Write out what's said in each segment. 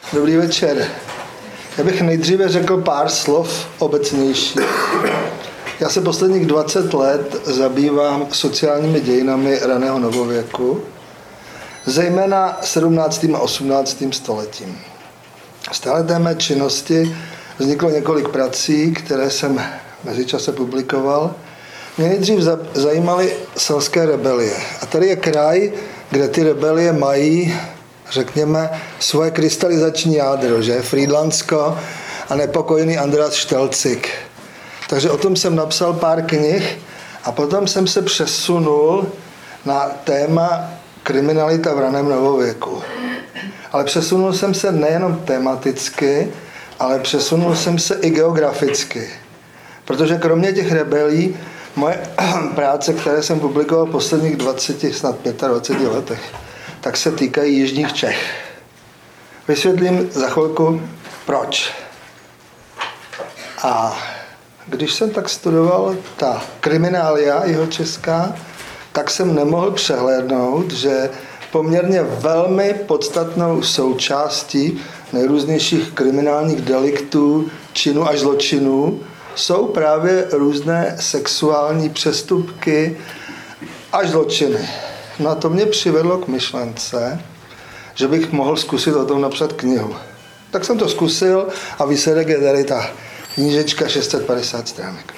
Dobrý večer. Já bych nejdříve řekl pár slov obecnějších. Já se posledních 20 let zabývám sociálními dějinami raného novověku, zejména 17. a 18. stoletím. Z téhleté mé činnosti vzniklo několik prací, které jsem mezičase publikoval. Mě nejdřív zajímaly selské rebelie. A tady je kraj, kde ty rebelie mají, řekněme, svoje krystalizační jádro, že? Frýdlantsko a nepokojný András Štelcik. Takže o tom jsem napsal pár knih a potom jsem se přesunul na téma kriminalita v raném novověku. Ale přesunul jsem se nejenom tematicky, ale přesunul jsem se i geograficky. Protože kromě těch rebelí, moje práce, které jsem publikoval v posledních 20, snad 25 letech, tak se týkají jižních Čech. Vysvětlím za chvilku, proč. A když jsem tak studoval ta kriminália jihočeská, tak jsem nemohl přehlédnout, že poměrně velmi podstatnou součástí nejrůznějších kriminálních deliktů, činů až zločinů jsou právě různé sexuální přestupky až zločiny. No a to mě přivedlo k myšlence, že bych mohl zkusit o tom napsat knihu. Tak jsem to zkusil a výsledek je tady ta knížečka 650 stránek.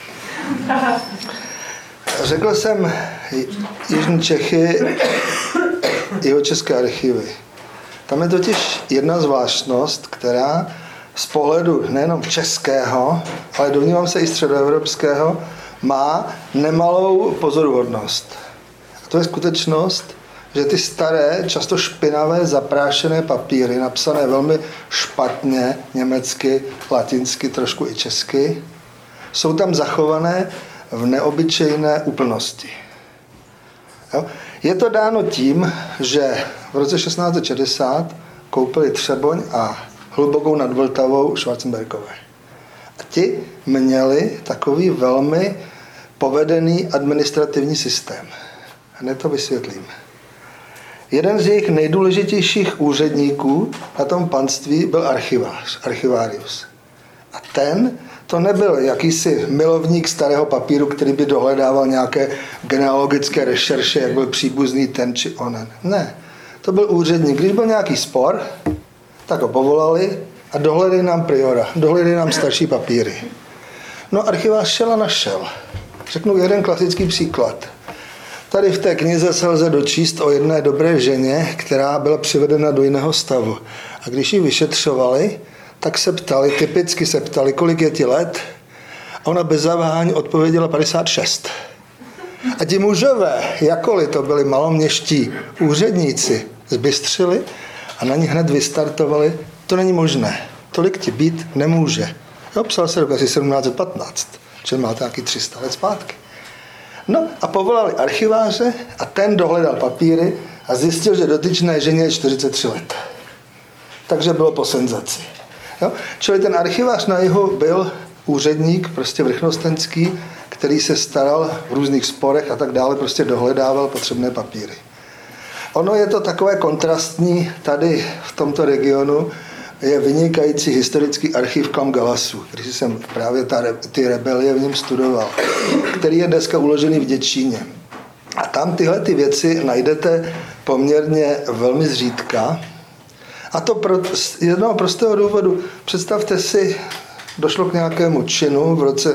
Řekl jsem Jižní Čechy, jihočeské archivy. Tam je totiž jedna zvláštnost, která z pohledu nejenom českého, ale domnívám se i středoevropského, má nemalou pozoruhodnost. A to je skutečnost, že ty staré, často špinavé, zaprášené papíry, napsané velmi špatně, německy, latinsky, trošku i česky, jsou tam zachované v neobyčejné úplnosti. Jo? Je to dáno tím, že v roce 1660 koupili Třeboň a Hlubokou nad Vltavou Schwarzenbergové. A ti měli takový velmi povedený administrativní systém. Hned to vysvětlím. Jeden z jejich nejdůležitějších úředníků na tom panství byl archivárius. A ten to nebyl jakýsi milovník starého papíru, který by dohledával nějaké genealogické rešerše, jak byl příbuzný ten či onen. Ne, to byl úředník. Když byl nějaký spor, tak ho povolali a dohledali nám priora, dohledali nám starší papíry. No archivář šel a našel. Řeknu jeden klasický příklad. Tady v té knize se lze dočíst o jedné dobré ženě, která byla přivedena do jiného stavu. A když ji vyšetřovali, tak se ptali, typicky se ptali, kolik je ti let? A ona bez zaváhání odpověděla 56. A ti mužové, jakkoliv to byli maloměští úředníci, zbystřili a na ní hned vystartovali, to není možné, tolik ti být nemůže. Jo, psal se rok asi 1715, čili máte nějaký 300 let zpátky. No a povolali archiváře a ten dohledal papíry a zjistil, že dotyčné ženě je 43 let. Takže bylo po senzaci. Jo? Čili ten archivář na jihu byl úředník, prostě vrchnostenský, který se staral v různých sporech a tak dále, prostě dohledával potřebné papíry. Ono je to takové kontrastní, tady v tomto regionu je vynikající historický archiv Kamgalasu, který jsem právě ty rebelie v něm studoval, který je dneska uložený v Děčíně. A tam tyhle ty věci najdete poměrně velmi zřídka. A to z jednoho prostého důvodu. Představte si, došlo k nějakému činu v roce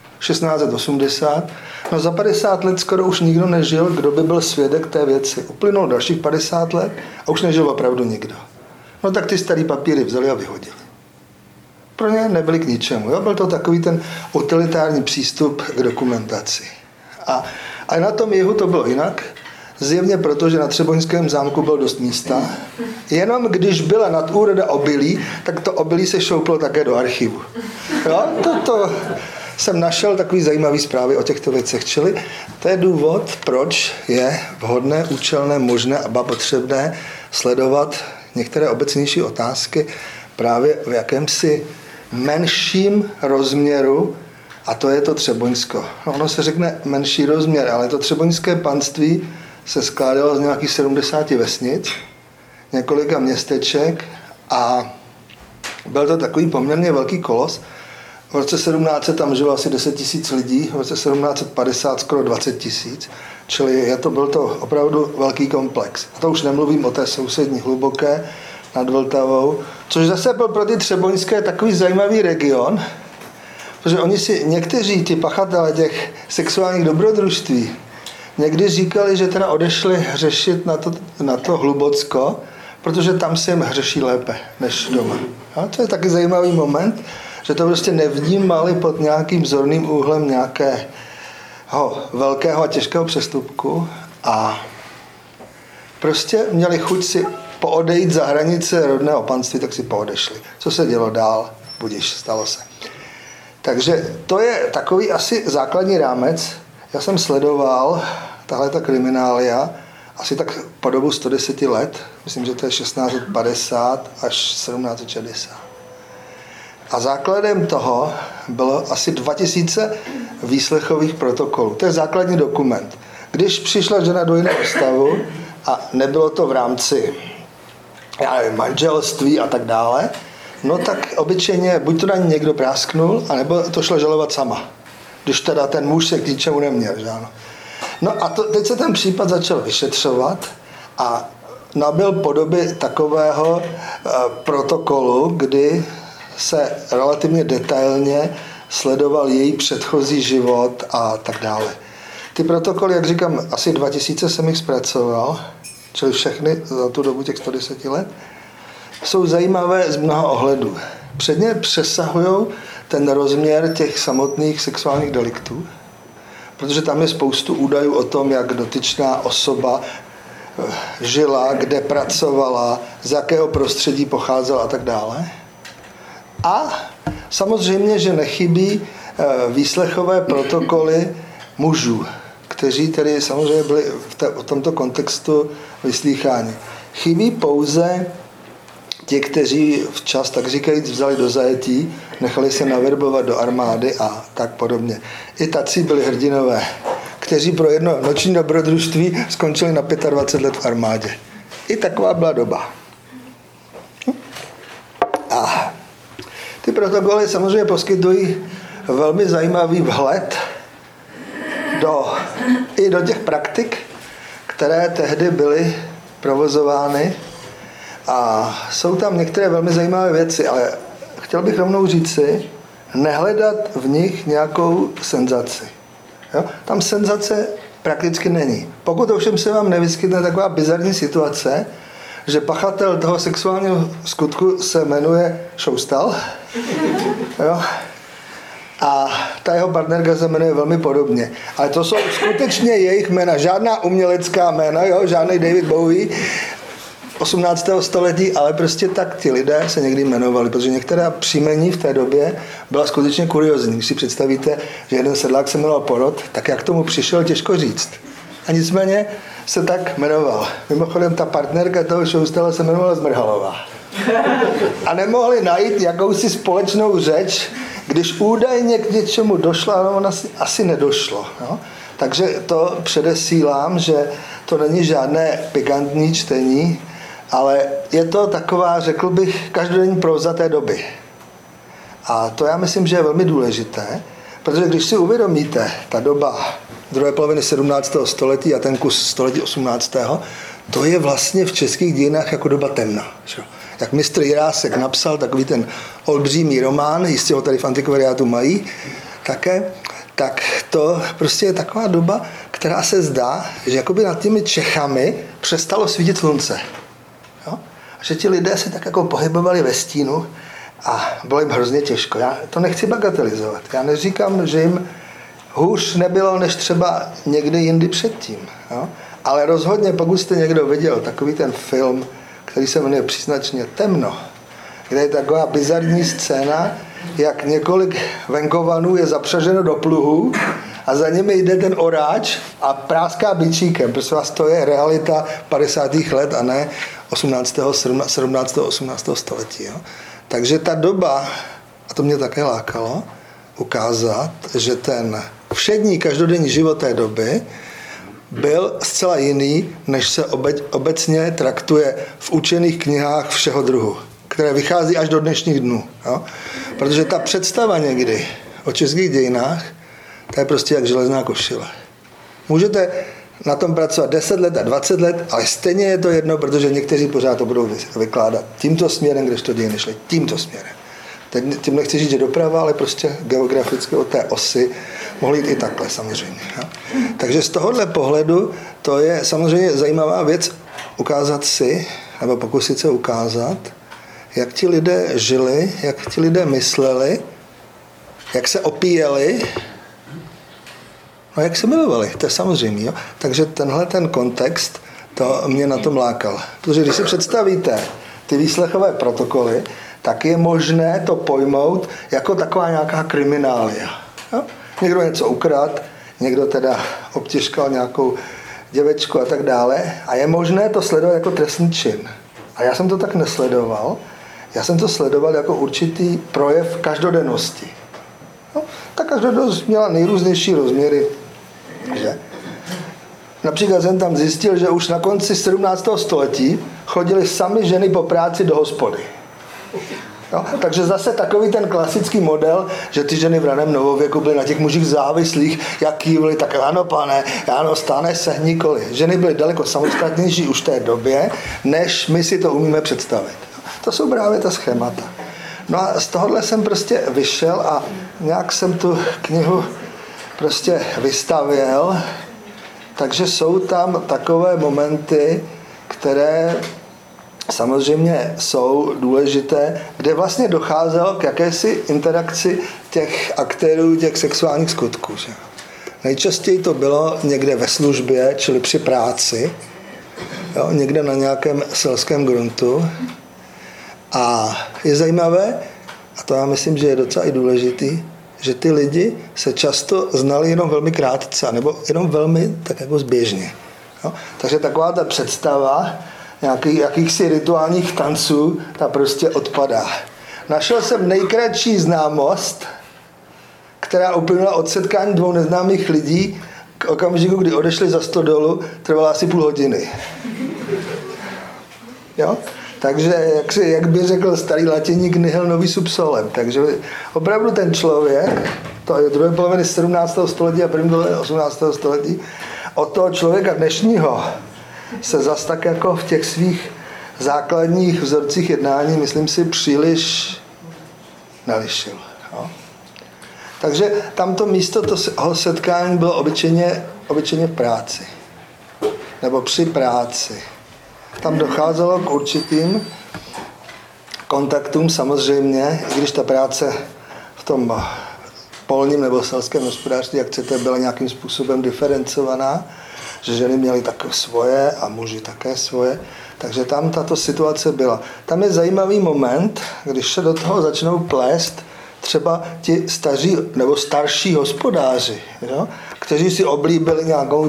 1680. No za 50 let skoro už nikdo nežil, kdo by byl svědek té věci. Uplynulo dalších 50 let a už nežil opravdu nikdo. No tak ty starý papíry vzali a vyhodili. Pro ně nebyly k ničemu. Jo? Byl to takový ten utilitární přístup k dokumentaci. A na tom jihu to bylo jinak. Zjevně proto, že na Třeboňském zámku bylo dost místa. Jenom když byla nadúroda obilí, tak to obilí se šouplo také do archivu. Jo? To jsem našel takový zajímavý zprávy o těchto věcech. Čili to je důvod, proč je vhodné, účelné, možné a potřebné sledovat některé obecnější otázky právě v jakémsi menším rozměru, a to je to Třeboňsko. No, ono se řekne menší rozměr, ale to třeboňské panství se skládalo z nějakých 70 vesnic, několika městeček a Byl to takový poměrně velký kolos. V roce 1700 tam žilo asi 10 000 lidí, v roce 1750 skoro 20 000, čili byl to opravdu velký komplex. A to už nemluvím o té sousední Hluboké nad Vltavou, což zase byl pro ty třeboňské takový zajímavý region, protože oni si někteří ti pachatelé těch sexuálních dobrodružství někdy říkali, že teda odešli řešit na to Hlubocko, protože tam se jim hřeší lépe než doma. A to je taky zajímavý moment, že to prostě nevnímali pod nějakým zorným úhlem nějakého velkého a těžkého přestupku a prostě měli chuť si poodejít za hranice rodného panství, tak si poodešli. Co se dělo dál? Budiš, stalo se. Takže to je takový asi základní rámec. Já jsem sledoval tahle ta kriminália asi tak po dobu 110 let. Myslím, že to je 1650 až 1760. A základem toho bylo asi 2000 výslechových protokolů. To je základní dokument. Když přišla žena do jiného stavu a nebylo to v rámci manželství a tak dále, no tak obyčejně buď to na ní někdo prásknul, anebo to šlo žalovat sama. Když teda ten muž se k ničemu neměl. Že ano. No a teď se ten případ začal vyšetřovat a nabyl podoby takového protokolu, kdy se relativně detailně sledoval její předchozí život a tak dále. Ty protokoly, jak říkám, asi 2000 jsem jich zpracoval, čili všechny za tu dobu těch 110 let, jsou zajímavé z mnoha ohledů. Předně přesahují ten rozměr těch samotných sexuálních deliktů, protože tam je spoustu údajů o tom, jak dotyčná osoba žila, kde pracovala, z jakého prostředí pocházela a tak dále. A samozřejmě, že nechybí výslechové protokoly mužů, kteří tedy samozřejmě byli v tomto kontextu vyslýcháni. Chybí pouze ti, kteří včas, tak říkajíc, vzali do zajetí, nechali se naverbovat do armády a tak podobně. I tací byli hrdinové, kteří pro jedno noční dobrodružství skončili na 25 let v armádě. I taková byla doba. A ty protokoly samozřejmě poskytují velmi zajímavý vhled i do těch praktik, které tehdy byly provozovány. A jsou tam některé velmi zajímavé věci, ale chtěl bych rovnou říci, nehledat v nich nějakou senzaci. Jo? Tam senzace prakticky není. Pokud ovšem se vám nevyskytne taková bizarní situace, že pachatel toho sexuálního skutku se jmenuje Šoustal, jo? A ta jeho partnerka se jmenuje velmi podobně. Ale to jsou skutečně jejich jména, žádná umělecká jména, jo? Žádný David Bowie, 18. století, ale prostě tak ti lidé se někdy jmenovali, protože některá příjmení v té době byla skutečně kuriozní. Když si představíte, že jeden sedlák se jmenoval Porod, tak jak k tomu přišel, těžko říct. A nicméně se tak jmenoval. Mimochodem ta partnerka toho Šoustala se jmenovala Zmrhalová. A nemohli najít jakousi společnou řeč, když údajně k něčemu došlo, ale ono asi nedošlo. No? Takže to předesílám, že to není žádné pikantní čtení, ale je to taková, řekl bych, každodenní próza té doby. A to já myslím, že je velmi důležité, protože když si uvědomíte, ta doba druhé poloviny 17. století a ten kus století 18. to je vlastně v českých dějinách jako doba temna. Jak mistr Jirásek napsal takový ten olbřímý román, jistě ho tady v antikvariátu mají také, tak to prostě je taková doba, která se zdá, že jakoby nad těmi Čechami přestalo svítit slunce. Jo? A že ti lidé se tak jako pohybovali ve stínu a bylo jim hrozně těžko. Já to nechci bagatelizovat. Já neříkám, že jim hůř nebylo než třeba někdy jindy předtím. Jo? Ale rozhodně, pokud jste někdo viděl takový ten film, který se jmenuje příznačně Temno, kde je taková bizarní scéna, jak několik venkovanů je zapřaženo do pluhu a za nimi jde ten oráč a práská bičíkem. Prosím vás, to je realita 50. let a ne 18., 17., 18. století. Jo? Takže ta doba, a to mě také lákalo, ukázat, že ten všední každodenní život té doby byl zcela jiný, než se obecně traktuje v učených knihách všeho druhu, které vychází až do dnešních dnů. Jo? Protože ta představa někdy o českých dějinách, to je prostě jak železná košile. Můžete na tom pracovat 10 let a 20 let, ale stejně je to jedno, protože někteří pořád to budou vykládat tímto směrem, když to dějiny šly tímto směrem. Teď tím nechci říct, že doprava, ale prostě geograficky od té osy mohly jít i takhle samozřejmě. Jo? Takže z tohohle pohledu to je samozřejmě zajímavá věc ukázat si, nebo pokusit se ukázat, jak ti lidé žili, jak ti lidé mysleli, jak se opíjeli, no jak se milovali, to je samozřejmě. Jo? Takže tenhle ten kontext, to mě na tom lákal. Protože když si představíte ty výslechové protokoly, tak je možné to pojmout jako taková nějaká kriminália. Jo? Někdo něco ukradl, někdo teda obtěžkal nějakou děvečku a tak dále a je možné to sledovat jako trestný čin. A já jsem to tak nesledoval, já jsem to sledoval jako určitý projev každodennosti. No, ta každodennost měla nejrůznější rozměry. Že? Například jsem tam zjistil, že už na konci 17. století chodily sami ženy po práci do hospody. No, takže zase takový ten klasický model, že ty ženy v raném novověku byly na těch mužích závislých, jaký byly, tak ano pane, ano, stane se nikoli. Ženy byly daleko samostatnější už v té době, než my si to umíme představit. To jsou právě ta schémata. No a z tohohle jsem prostě vyšel a nějak jsem tu knihu prostě vystavěl, takže jsou tam takové momenty, které samozřejmě jsou důležité, kde vlastně docházelo k jakési interakci těch aktérů, těch sexuálních skutků. Že? Nejčastěji to bylo někde ve službě, čili při práci, jo, někde na nějakém selském gruntu. A je zajímavé, a to já myslím, že je docela i důležitý, že ty lidi se často znali jenom velmi krátce, nebo jenom velmi tak jako zběžně. Jo? Takže taková ta představa jakýchsi rituálních tanců, ta prostě odpadá. Našel jsem nejkratší známost, která uplynula od setkání dvou neznámých lidí k okamžiku, kdy odešli za stodolu, trvala asi půl hodiny. Jo? Takže, jak by řekl starý latiník, nihil nový sub solem. Takže opravdu ten člověk, to je druhé poloviny 17. století a první poloviny 18. století, od toho člověka dnešního se zas tak jako v těch svých základních vzorcích jednání, myslím si, příliš nelišil. Jo. Takže tamto místo toho setkání bylo obyčejně v práci. Nebo při práci. Tam docházelo k určitým kontaktům samozřejmě, i když ta práce v tom polním nebo selském hospodářství, jak chcete, byla nějakým způsobem diferencovaná, že ženy měly také svoje a muži také svoje, takže tam tato situace byla. Tam je zajímavý moment, když se do toho začnou plést třeba ti staří nebo starší hospodáři, jo, kteří si oblíbili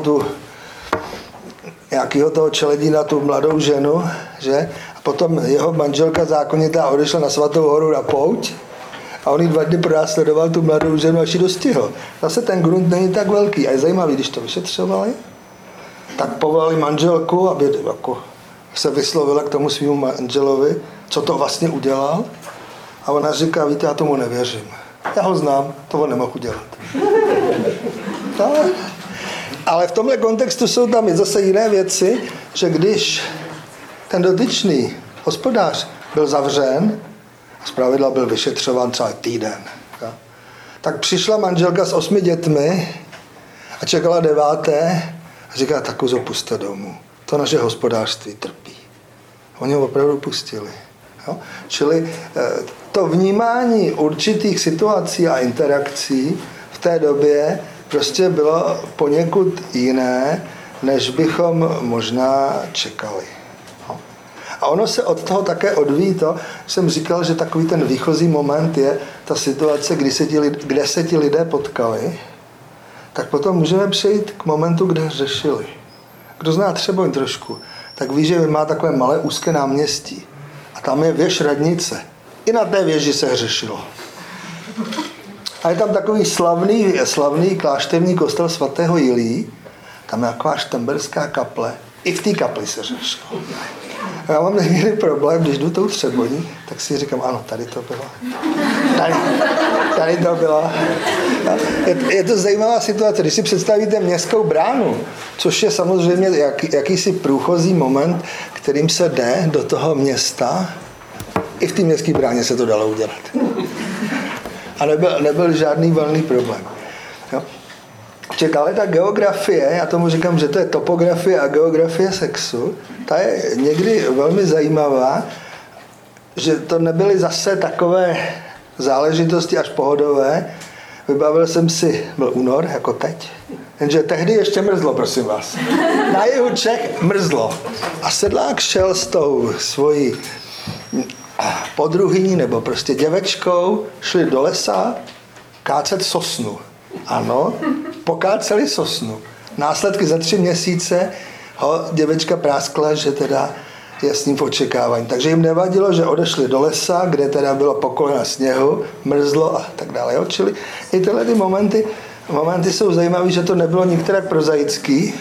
nějakého toho čeledína, tu mladou ženu, že? A potom jeho manželka zákonitá odešla na Svatou horu na pouť a on jí 2 dny pronásledoval tu mladou ženu, až ji dostihl. Zase ten grunt není tak velký a je zajímavý, když to vyšetřovali, tak povolali manželku, aby jako se vyslovila k tomu svýmu manželovi, co to vlastně udělal. A ona říká, víte, já tomu nevěřím. Já ho znám, to on nemohl udělat. Ale v tomhle kontextu jsou tam zase jiné věci, že když ten dotyčný hospodář byl zavřen, zpravidla byl vyšetřován třeba týden, tak přišla manželka s 8 dětmi a čekala 9. a říká, tak ho puste domů. To naše hospodářství trpí. Oni ho opravdu pustili. Jo? Čili to vnímání určitých situací a interakcí v té době prostě bylo poněkud jiné, než bychom možná čekali. No. A ono se od toho také odvíjí to, jsem říkal, že takový ten výchozí moment je ta situace, kde se ti lidé potkali, tak potom můžeme přejít k momentu, kde řešili. Kdo zná Třeboň trošku, tak ví, že má takové malé úzké náměstí. A tam je věž radnice. I na té věži se řešilo. A je tam takový slavný klášterní kostel svatého Jilí. Tam je taková štemberská kaple. I v té kapli se řešilo. Já mám někdy problém, když jdu tou Třeboní, tak si říkám, ano, tady to bylo. Tady to bylo. Je to zajímavá situace. Když si představíte městskou bránu, což je samozřejmě jakýsi průchozí moment, kterým se jde do toho města, i v té městské bráně se to dalo udělat. A nebyl žádný velný problém. Jo? Ale ta geografie, já tomu říkám, že to je topografie a geografie sexu, ta je někdy velmi zajímavá, že to nebyly zase takové záležitosti až pohodové. Vybavil jsem si, byl únor, jako teď, jenže tehdy ještě mrzlo, prosím vás. Na jihu Čech mrzlo. A sedlák šel s tou svojí podruhyní nebo prostě děvečkou, šli do lesa kácet sosnu. Ano, pokáceli sosnu. Následky za 3 měsíce ho děvečka práskla, že teda je s ním v očekávání. Takže jim nevadilo, že odešli do lesa, kde teda bylo po kolena sněhu, mrzlo a tak dále. Jo? Čili i tyhle ty momenty jsou zajímavé, že to nebylo nikterak prozaický.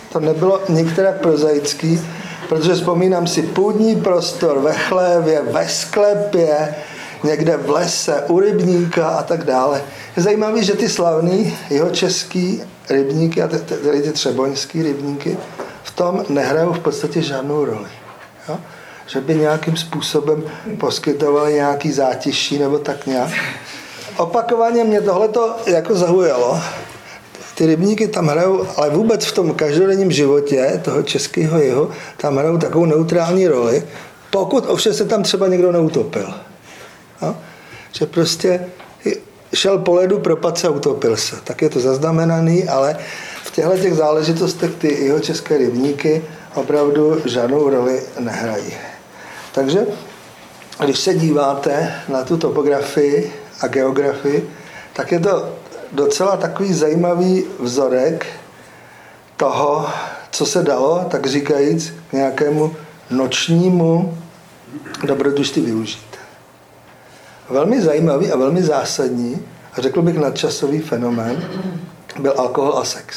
Protože vzpomínám si půdní prostor ve chlévě, ve sklepě, někde v lese, u rybníka a tak dále. Je zajímavé, že ty slavný jihočeský rybníky a ty třeboňský rybníky v tom nehrajou v podstatě žádnou roli. Jo? Že by nějakým způsobem poskytovali nějaký zátiší nebo tak nějak. Opakovaně mě tohleto jako zaujalo. Ty rybníky tam hrajou, ale vůbec v tom každodenním životě toho českého jihu tam hrajou takovou neutrální roli, pokud ovšem se tam třeba někdo neutopil. Jo? Že prostě šel po ledu, propadl se a utopil se. Tak je to zaznamenaný, ale v těchto záležitostech ty jihočeské rybníky opravdu žádnou roli nehrají. Takže když se díváte na tu topografii a geografii, tak je to docela takový zajímavý vzorek toho, co se dalo, tak říkajíc, k nějakému nočnímu dobrodružství využít. Velmi zajímavý a velmi zásadní, a řekl bych nadčasový fenomén, byl alkohol a sex.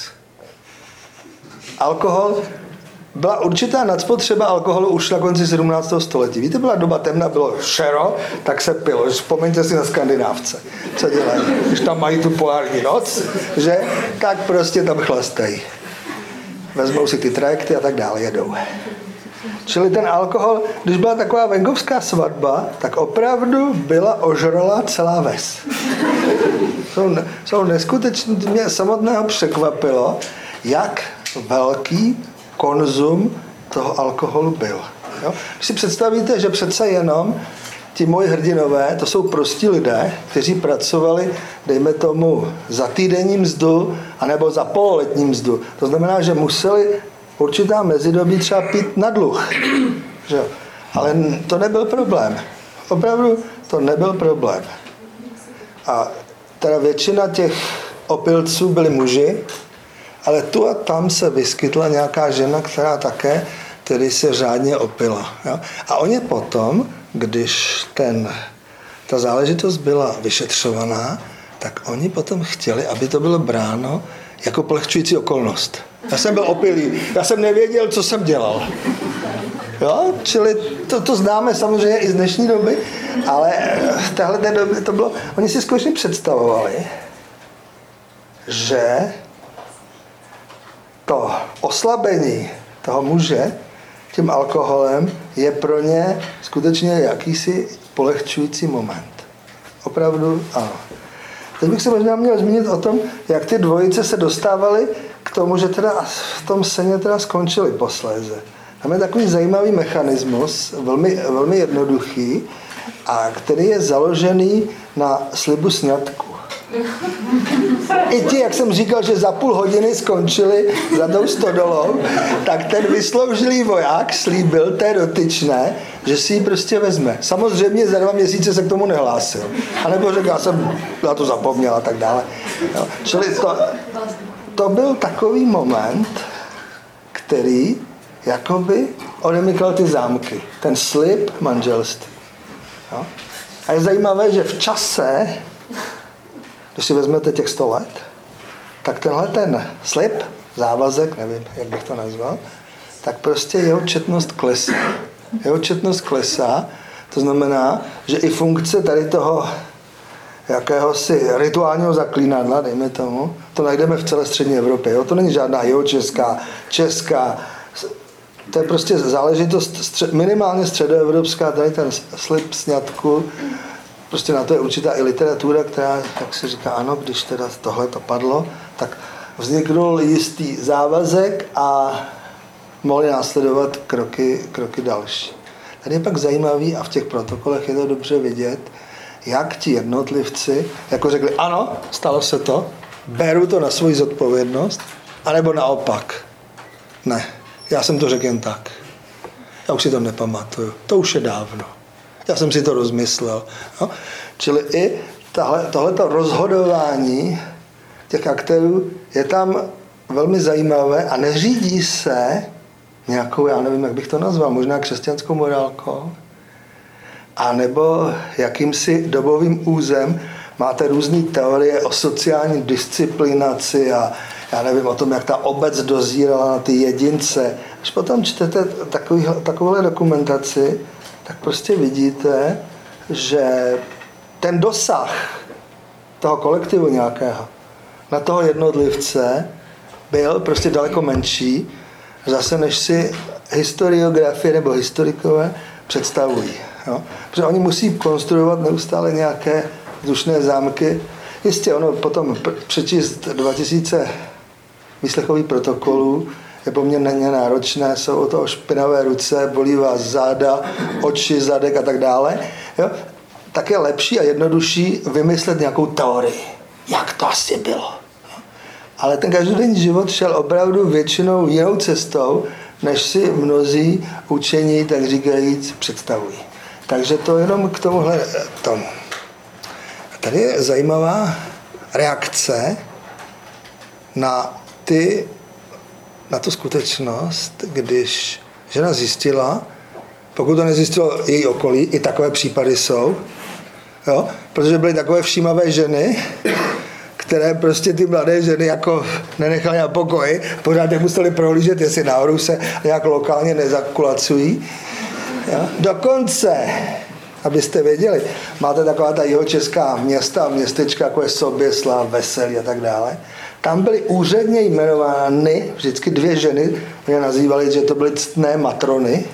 Alkohol, byla určitá nadspotřeba alkoholu už na konci 17. století. Víte, byla doba temna, bylo šero, tak se pilo. Vzpomeňte si na Skandinávce, co dělají. Když tam mají tu polární noc, že, tak prostě tam chlastají. Vezmou si ty trajekty a tak dále, jedou. Čili ten alkohol, když byla taková venkovská svatba, tak opravdu byla ožrala celá ves. Jsou neskutečně, mě samotného překvapilo, jak velký konzum toho alkoholu byl. Jo? Když si představíte, že přece jenom ti moji hrdinové, to jsou prostí lidé, kteří pracovali, dejme tomu, za týdenní mzdu, anebo za pololetní mzdu. To znamená, že museli určitá mezidobí třeba pít na dluh. Že? Ale to nebyl problém. Opravdu to nebyl problém. A teda většina těch opilců byli muži, ale tu a tam se vyskytla nějaká žena, která také tedy se řádně opila. Jo? A oni potom, když ta záležitost byla vyšetřovaná, tak oni potom chtěli, aby to bylo bráno jako polehčující okolnost. Já jsem byl opilý, já jsem nevěděl, co jsem dělal. Jo? Čili to známe samozřejmě i z dnešní doby, ale v téhleté době to bylo, oni si skutečně představovali, že to oslabení toho muže tím alkoholem je pro ně skutečně jakýsi polehčující moment. Opravdu ano. Teď bych se možná měl zmínit o tom, jak ty dvojice se dostávaly k tomu, že teda v tom seně teda skončili posléze. Tam je takový zajímavý mechanismus, velmi jednoduchý, a který je založený na slibu sňatku. I ti, jak jsem říkal, že za půl hodiny skončili za tou stodolou, tak ten vysloužilý voják slíbil té dotyčné, že si ji prostě vezme. Samozřejmě za 2 měsíce se k tomu nehlásil. A nebo řekl, já to zapomněl a tak dále. Jo. Čili to byl takový moment, který jakoby odemykal ty zámky. Ten slib manželství. Jo. A je zajímavé, že v čase, když si vezmete těch 100 let, tak tenhle ten slib, závazek, nevím, jak bych to nazval, tak prostě jeho četnost klesá. Jeho četnost klesá, to znamená, že i funkce tady toho jakéhosi rituálního zaklínadla, dejme tomu, to najdeme v celé střední Evropě. Jo? To není žádná jihočeská, česká, to je prostě záležitost minimálně středoevropská, tady ten slib sňatku, prostě na to je určitá i literatura, která, jak se říká, ano, když teda tohle to padlo, tak vzniknul jistý závazek a mohly následovat kroky další. Tady je pak zajímavý, a v těch protokolech je to dobře vidět, jak ti jednotlivci jako řekli, ano, stalo se to, beru to na svoji zodpovědnost, anebo naopak. Ne, já jsem to řekl jen tak. Já už si to nepamatuju, to už je dávno. Já jsem si to rozmyslel. No? Čili i tohleto rozhodování těch aktérů je tam velmi zajímavé a neřídí se nějakou, já nevím, jak bych to nazval, možná křesťanskou morálkou, a nebo jakýmsi dobovým územ. Máte různé teorie o sociální disciplinaci a já nevím o tom, jak ta obec dozírala na ty jedince. Když potom čtete takovouhle dokumentaci, tak prostě vidíte, že ten dosah toho kolektivu nějakého na toho jednotlivce byl prostě daleko menší, zase než si historiografie nebo historikové představují. Jo? Protože oni musí konstruovat neustále nějaké vzdušné zámky. Jistě ono potom přečíst 2000 výslechových protokolů je poměrně náročné, jsou o toho špinavé ruce, bolí vás záda, oči, zadek a tak dále. Jo? Tak je lepší a jednodušší vymyslet nějakou teorii. Jak to asi bylo? Ale ten každodenní život šel opravdu většinou jinou cestou, než si mnozí učení, tak říkajíc, představují. Takže to jenom k tomuhle tomu. A tady je zajímavá reakce na tu skutečnost, když žena zjistila, pokud to nezjistilo její okolí, i takové případy jsou, jo? Protože byly takové všímavé ženy, které prostě ty mladé ženy jako nenechaly na pokoji, pořád je museli prohlížet, jestli náhodou se nějak lokálně nezakulacují. Jo? Dokonce, abyste věděli, máte taková ta jihočeská města a městečka, jako je Soběslav, Veselí a tak dále. Tam byly úředně jmenovány vždycky dvě ženy, mě nazývali, že to byly ctné matrony.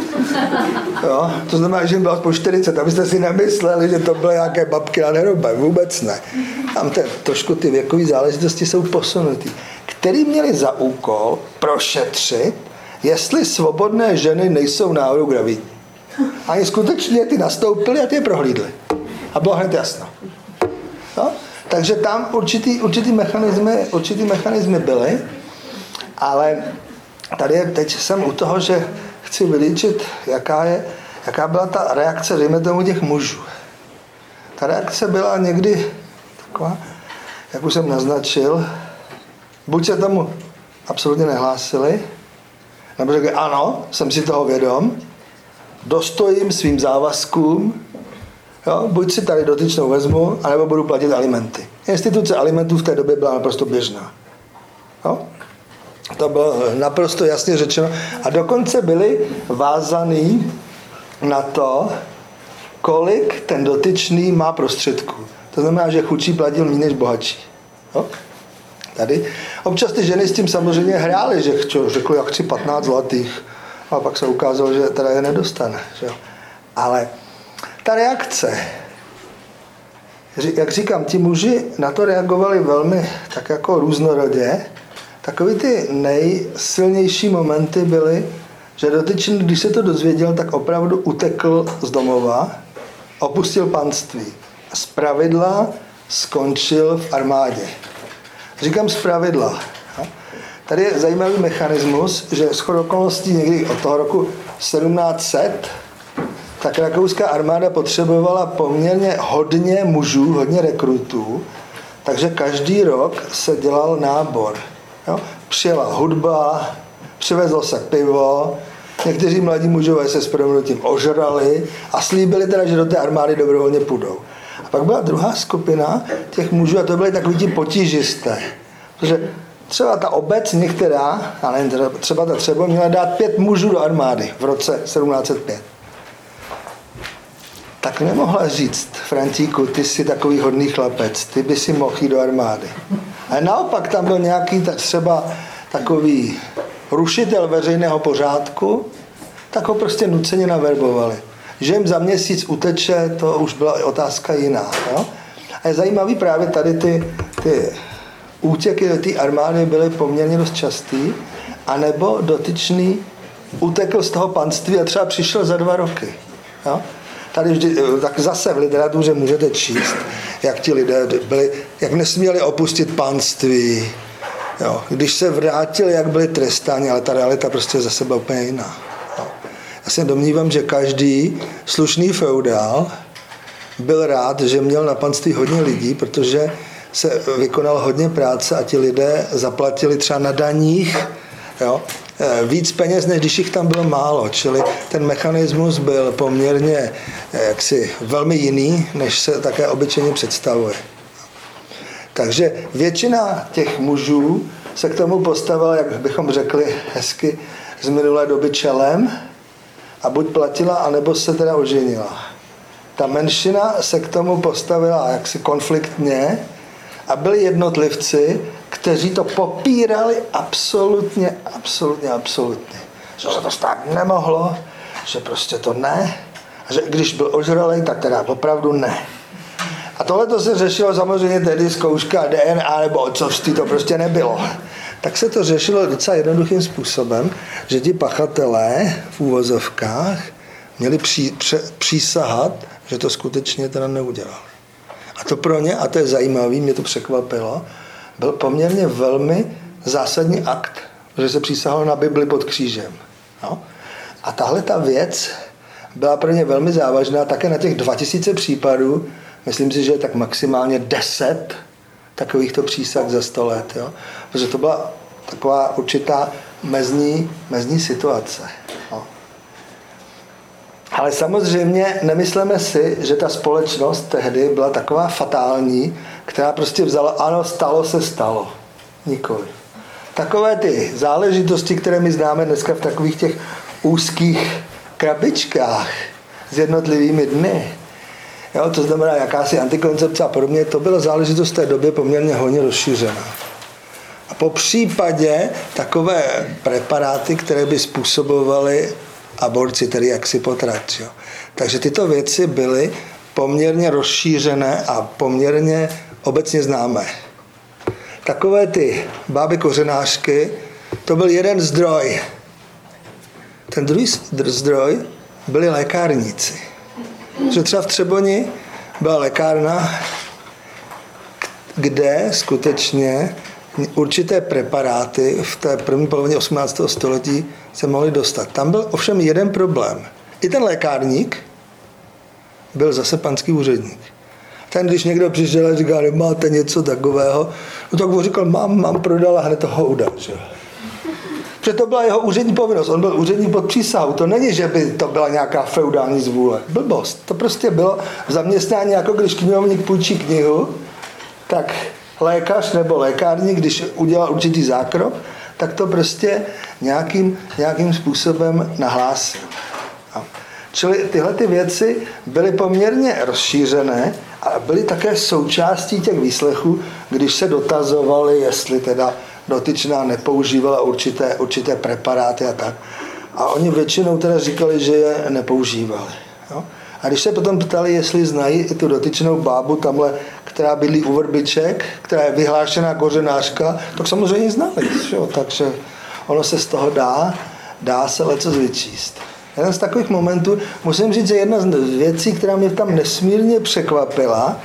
Jo? To znamená, že jim bylo po 40, abyste si nemysleli, že to byly nějaké babky na nerobé, vůbec ne. Tam trošku ty věkové záležitosti jsou posunutý, který měli za úkol prošetřit, jestli svobodné ženy nejsou náhodou gravidní. Ani skutečně ty nastoupily a ty je prohlídly. A bylo hned jasno. No? Takže tam určitý mechanismy byly, ale teď jsem u toho, že chci vylíčit, jaká byla ta reakce, dejme tomu, těch mužů. Ta reakce byla někdy taková, jak už jsem naznačil, buď se tomu absolutně nehlásili, nebo řekli, ano, jsem si toho vědom, dostojím svým závazkům, jo, buď si tady dotyčnou vezmu, anebo budu platit alimenty. Instituce alimentů v té době byla naprosto běžná. Jo? To bylo naprosto jasně řečeno. A dokonce byli vázaný na to, kolik ten dotyčný má prostředků. To znamená, že chudší platil méně než bohatší. Jo? Tady. Občas ty ženy s tím samozřejmě hrály, že řekli, já chci 15 zlatých. A pak se ukázalo, že teda je nedostane. Že? Ale ta reakce, jak říkám, ti muži na to reagovali velmi tak jako různorodě. Takový ty nejsilnější momenty byly, že dotyčný, když se to dozvěděl, tak opravdu utekl z domova, opustil panství. A zpravidla skončil v armádě. Říkám zpravidla. Tady je zajímavý mechanismus, že shodou okolností někdy od toho roku 1700 tak rakouská armáda potřebovala poměrně hodně mužů, hodně rekrutů, takže každý rok se dělal nábor. Jo? Přijela hudba, přivezlo se pivo, někteří mladí mužové se s prominutím ožrali a slíbili teda, že do té armády dobrovolně půjdou. A pak byla druhá skupina těch mužů a to byly takový ti potížisté. Protože třeba ta obec některá, a nevím, třeba ta Třeboň měla dát 5 mužů do armády v roce 1705. Tak nemohla říct, Frantíku, ty jsi takový hodný chlapec, ty by si mohl jít do armády. Ale naopak tam byl nějaký třeba takový rušitel veřejného pořádku, tak ho prostě nuceně naverbovali. Že jim za měsíc uteče, to už byla otázka jiná. Jo? A je zajímavý právě tady ty útěky do té armády byly poměrně dost častý, anebo dotyčný utekl z toho panství a třeba přišel za 2 roky. Jo? Tady vždy, tak zase v literatuře můžete číst, jak ti lidé byli, jak nesměli opustit panství, jo? Když se vrátili, jak byli trestáni, ale ta realita prostě zase byla úplně jiná. Jo? Já se domnívám, že každý slušný feudál byl rád, že měl na panství hodně lidí, protože se vykonalo hodně práce a ti lidé zaplatili třeba na daních, jo, víc peněz, než když jich tam bylo málo. Čili ten mechanismus byl poměrně jaksi velmi jiný, než se také obyčejně představuje. Takže většina těch mužů se k tomu postavila, jak bychom řekli hezky, z minulé doby čelem a buď platila, anebo se teda oženila. Ta menšina se k tomu postavila jaksi konfliktně a byli jednotlivci, kteří to popírali absolutně. Že se to stát nemohlo, že prostě to ne, a že když byl ožralej, tak teda opravdu ne. A tohle to se řešilo samozřejmě tedy zkouška DNA nebo otcovství, to prostě nebylo. Tak se to řešilo docela jednoduchým způsobem, že ti pachatelé v úvozovkách měli přísahat, že to skutečně teda neudělali. A to pro ně, a to je zajímavé, mě to překvapilo, byl poměrně velmi zásadní akt, že se přísahalo na Bibli pod křížem. No? A tahle ta věc byla pro ně velmi závažná, také na těch 2000 případů, myslím si, že je tak maximálně 10 takovýchto přísah za 100 let. Jo? Protože to byla taková určitá mezní situace. No. Ale samozřejmě nemyslíme si, že ta společnost tehdy byla taková fatální, která prostě vzala, ano, stalo. Nikoli. Takové ty záležitosti, které my známe dneska v takových těch úzkých krabičkách s jednotlivými dny, jo, to znamená jakási antikoncepce a podobně, to byla záležitost té době poměrně hodně rozšířená. A po případě takové preparáty, které by způsobovaly aborci, tedy jaksi potrat. Jo. Takže tyto věci byly poměrně rozšířené a poměrně obecně známé. Takové ty báby kořenášky, to byl jeden zdroj. Ten druhý zdroj byli lékárníci. Že třeba v Třeboni byla lékárna, kde skutečně určité preparáty v té první polovině 18. století se mohly dostat. Tam byl ovšem jeden problém. I ten lékárník byl zase panský úředník. Ten, když někdo přišel a říkal, nemáte něco takového, no tak mu říkal, mám, prodal a hned toho udal. Protože to byla jeho úřední povinnost. On byl úředník pod přísahou. To není, že by to byla nějaká feudální zvůle. Blbost. To prostě bylo v zaměstnání, jako když knihovník půjčí knihu, tak lékař nebo lékárník, když udělal určitý zákrok, tak to prostě nějakým způsobem nahlásil. Čili tyhle ty věci byly poměrně rozšířené a byly také součástí těch výslechů, když se dotazovali, jestli teda dotyčná nepoužívala určité preparáty a tak. A oni většinou teda říkali, že je nepoužívali. Jo? A když se potom ptali, jestli znají i tu dotyčnou bábu tamhle, která bydlí u Vrbiček, která je vyhlášená kořenářka, tak samozřejmě znali. Jo? Takže ono se z toho dá se lecos vyčíst. Jeden z takových momentů, musím říct, že jedna z věcí, která mě tam nesmírně překvapila,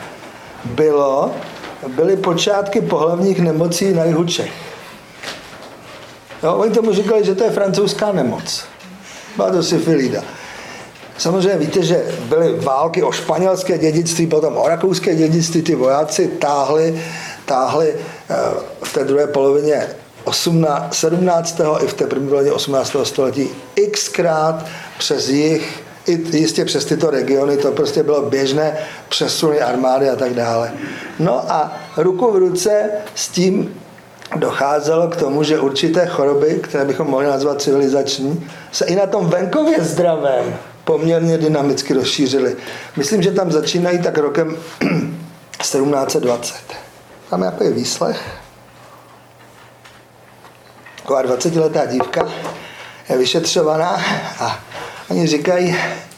byly počátky pohlavních nemocí na jihu Čech. Jo, oni tomu říkali, že to je francouzská nemoc. Byla to syfilida. Samozřejmě víte, že byly války o španělské dědictví, potom o rakouské dědictví, ty vojáci táhli v té druhé polovině 17. i v té první polovině 18. století xkrát přes jih, jistě přes tyto regiony, to prostě bylo běžné přesuny armády a tak dále. No a ruku v ruce s tím docházelo k tomu, že určité choroby, které bychom mohli nazvat civilizační, se i na tom venkově zdravém poměrně dynamicky rozšířily. Myslím, že tam začínají tak rokem 1720. Tam je nějaký výslech. Taková 20letá dívka je vyšetřovaná a oni říkají: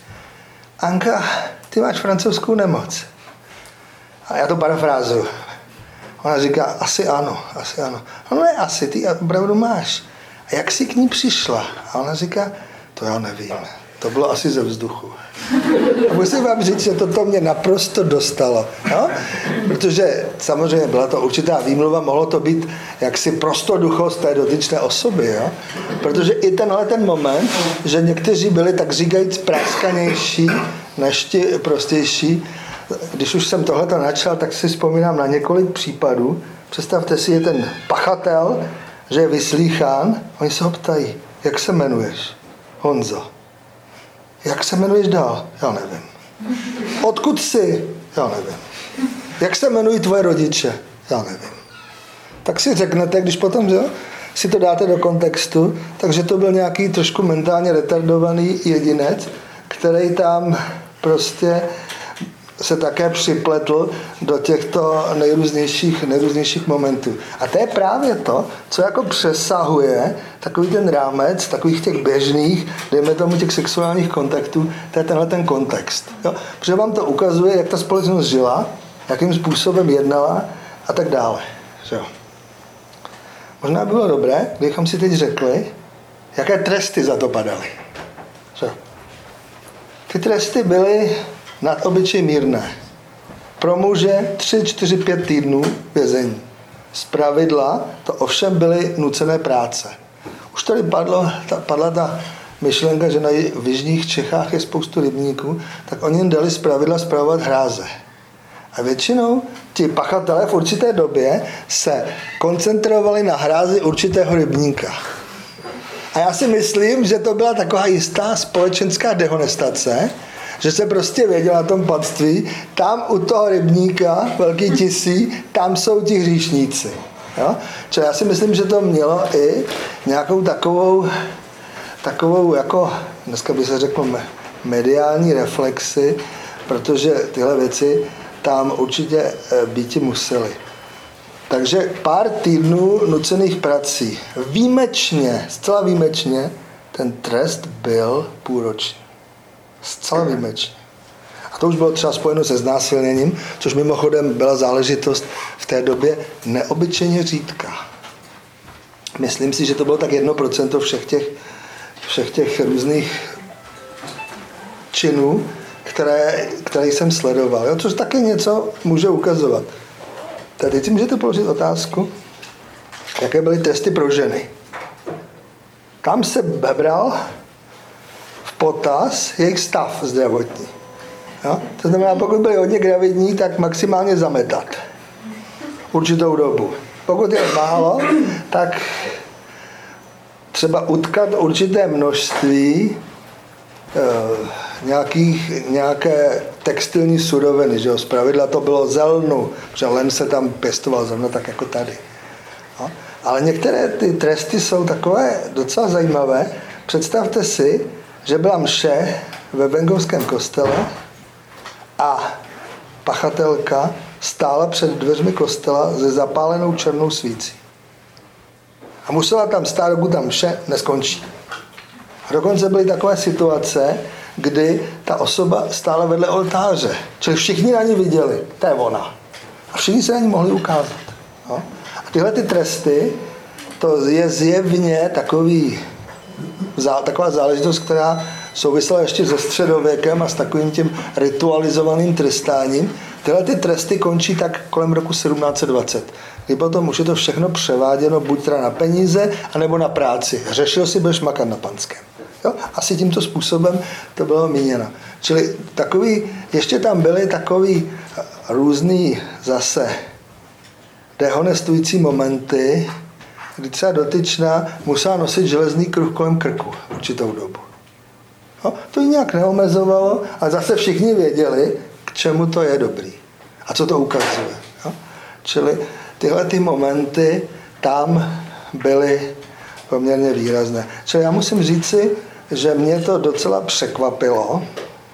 Anka, ty máš francouzskou nemoc. A já to parafrázuju. Ona říká: asi ano, asi ano. No ne, asi, ty opravdu máš. A jak jsi k ní přišla? A ona říká: to já nevím. To bylo asi ze vzduchu. A musím vám říct, že toto mě naprosto dostalo. No? Protože samozřejmě byla to určitá výmluva, mohlo to být jaksi prostoduchost té dotyčné osoby. Jo? Protože i ten moment, že někteří byli tak říkajíc práskanější než ti prostější, když už jsem tohleto načal, tak si vzpomínám na několik případů. Představte si, je ten pachatel, že je vyslýchán, oni se ho ptají: jak se jmenuješ? Honzo. Jak se jmenuješ dál? Já nevím. Odkud jsi? Já nevím. Jak se jmenují tvoje rodiče? Já nevím. Tak si řeknete, když potom si to dáte do kontextu, takže to byl nějaký trošku mentálně retardovaný jedinec, který tam prostě se také připletl do těchto nejrůznějších momentů. A to je právě to, co jako přesahuje takový ten rámec, takových těch běžných, dejme tomu těch sexuálních kontaktů, to je tenhle ten kontext. Jo? Protože vám to ukazuje, jak ta společnost žila, jakým způsobem jednala a tak dále. Jo? Možná bylo dobré, kdybychom si teď řekli, jaké tresty za to padaly. Jo? Ty tresty byly nad obyčej mírné. Pro muže 3, 4, 5 týdnů vězení. Zpravidla to ovšem byly nucené práce. Už tady padla ta myšlenka, že v jižních Čechách je spoustu rybníků, tak oni jim dali zpravidla spravovat hráze. A většinou ti pachatelé v určité době se koncentrovali na hrázi určitého rybníka. A já si myslím, že to byla taková jistá společenská dehonestace, že se prostě věděl na tom panství, tam u toho rybníka, velký Tisí, tam jsou ti hříšníci. Jo? Čili já si myslím, že to mělo i nějakou takovou jako, dneska by se řeklo, mediální reflexy, protože tyhle věci tam určitě býti musely. Takže pár týdnů nucených prací. Výjimečně, zcela výjimečně, ten trest byl půlroční. Zcela výjimečně. A to už bylo třeba spojeno se znásilněním, což mimochodem byla záležitost v té době neobyčejně řídká. Myslím si, že to bylo tak 1% všech těch různých činů, které jsem sledoval. Jo, což taky něco může ukazovat. Teď si můžete položit otázku, jaké byly tresty pro ženy. Tam se bebral v potaz jejich stav zdravotní. Jo? To znamená, pokud byli hodně gravidní, tak maximálně zametat určitou dobu. Pokud je málo, tak třeba utkat určité množství nějaké textilní suroviny, že jo? Zpravidla to bylo z lnu, že len se tam pěstoval zrovna tak jako tady. No? Ale některé ty tresty jsou takové docela zajímavé. Představte si, že byla mše ve vengovském kostele a pachatelka stála před dveřmi kostela se zapálenou černou svící. A musela tam stát, dokud tam mše neskončí. A dokonce byly takové situace, kdy ta osoba stála vedle oltáře. Čili všichni na ní viděli, to je ona. A všichni se na ní mohli ukázat. No? A tyhle ty tresty, to je zjevně taková záležitost, která souvisela ještě se středověkem a s takovým tím ritualizovaným trestáním. Tyhle ty tresty končí tak kolem roku 1720, kdy potom už je to všechno převáděno buď teda na peníze, anebo na práci. Řešil si, budeš makat na panském. Jo? Asi tímto způsobem to bylo míněno. Čili ještě tam byly takový různý zase dehonestující momenty, kdy třeba dotyčná musela nosit železný kruh kolem krku určitou dobu. No, to ji nějak neomezovalo, ale zase všichni věděli, k čemu to je dobrý a co to ukazuje. Jo? Čili tyhle ty momenty tam byly poměrně výrazné. Čili já musím říci, že mě to docela překvapilo,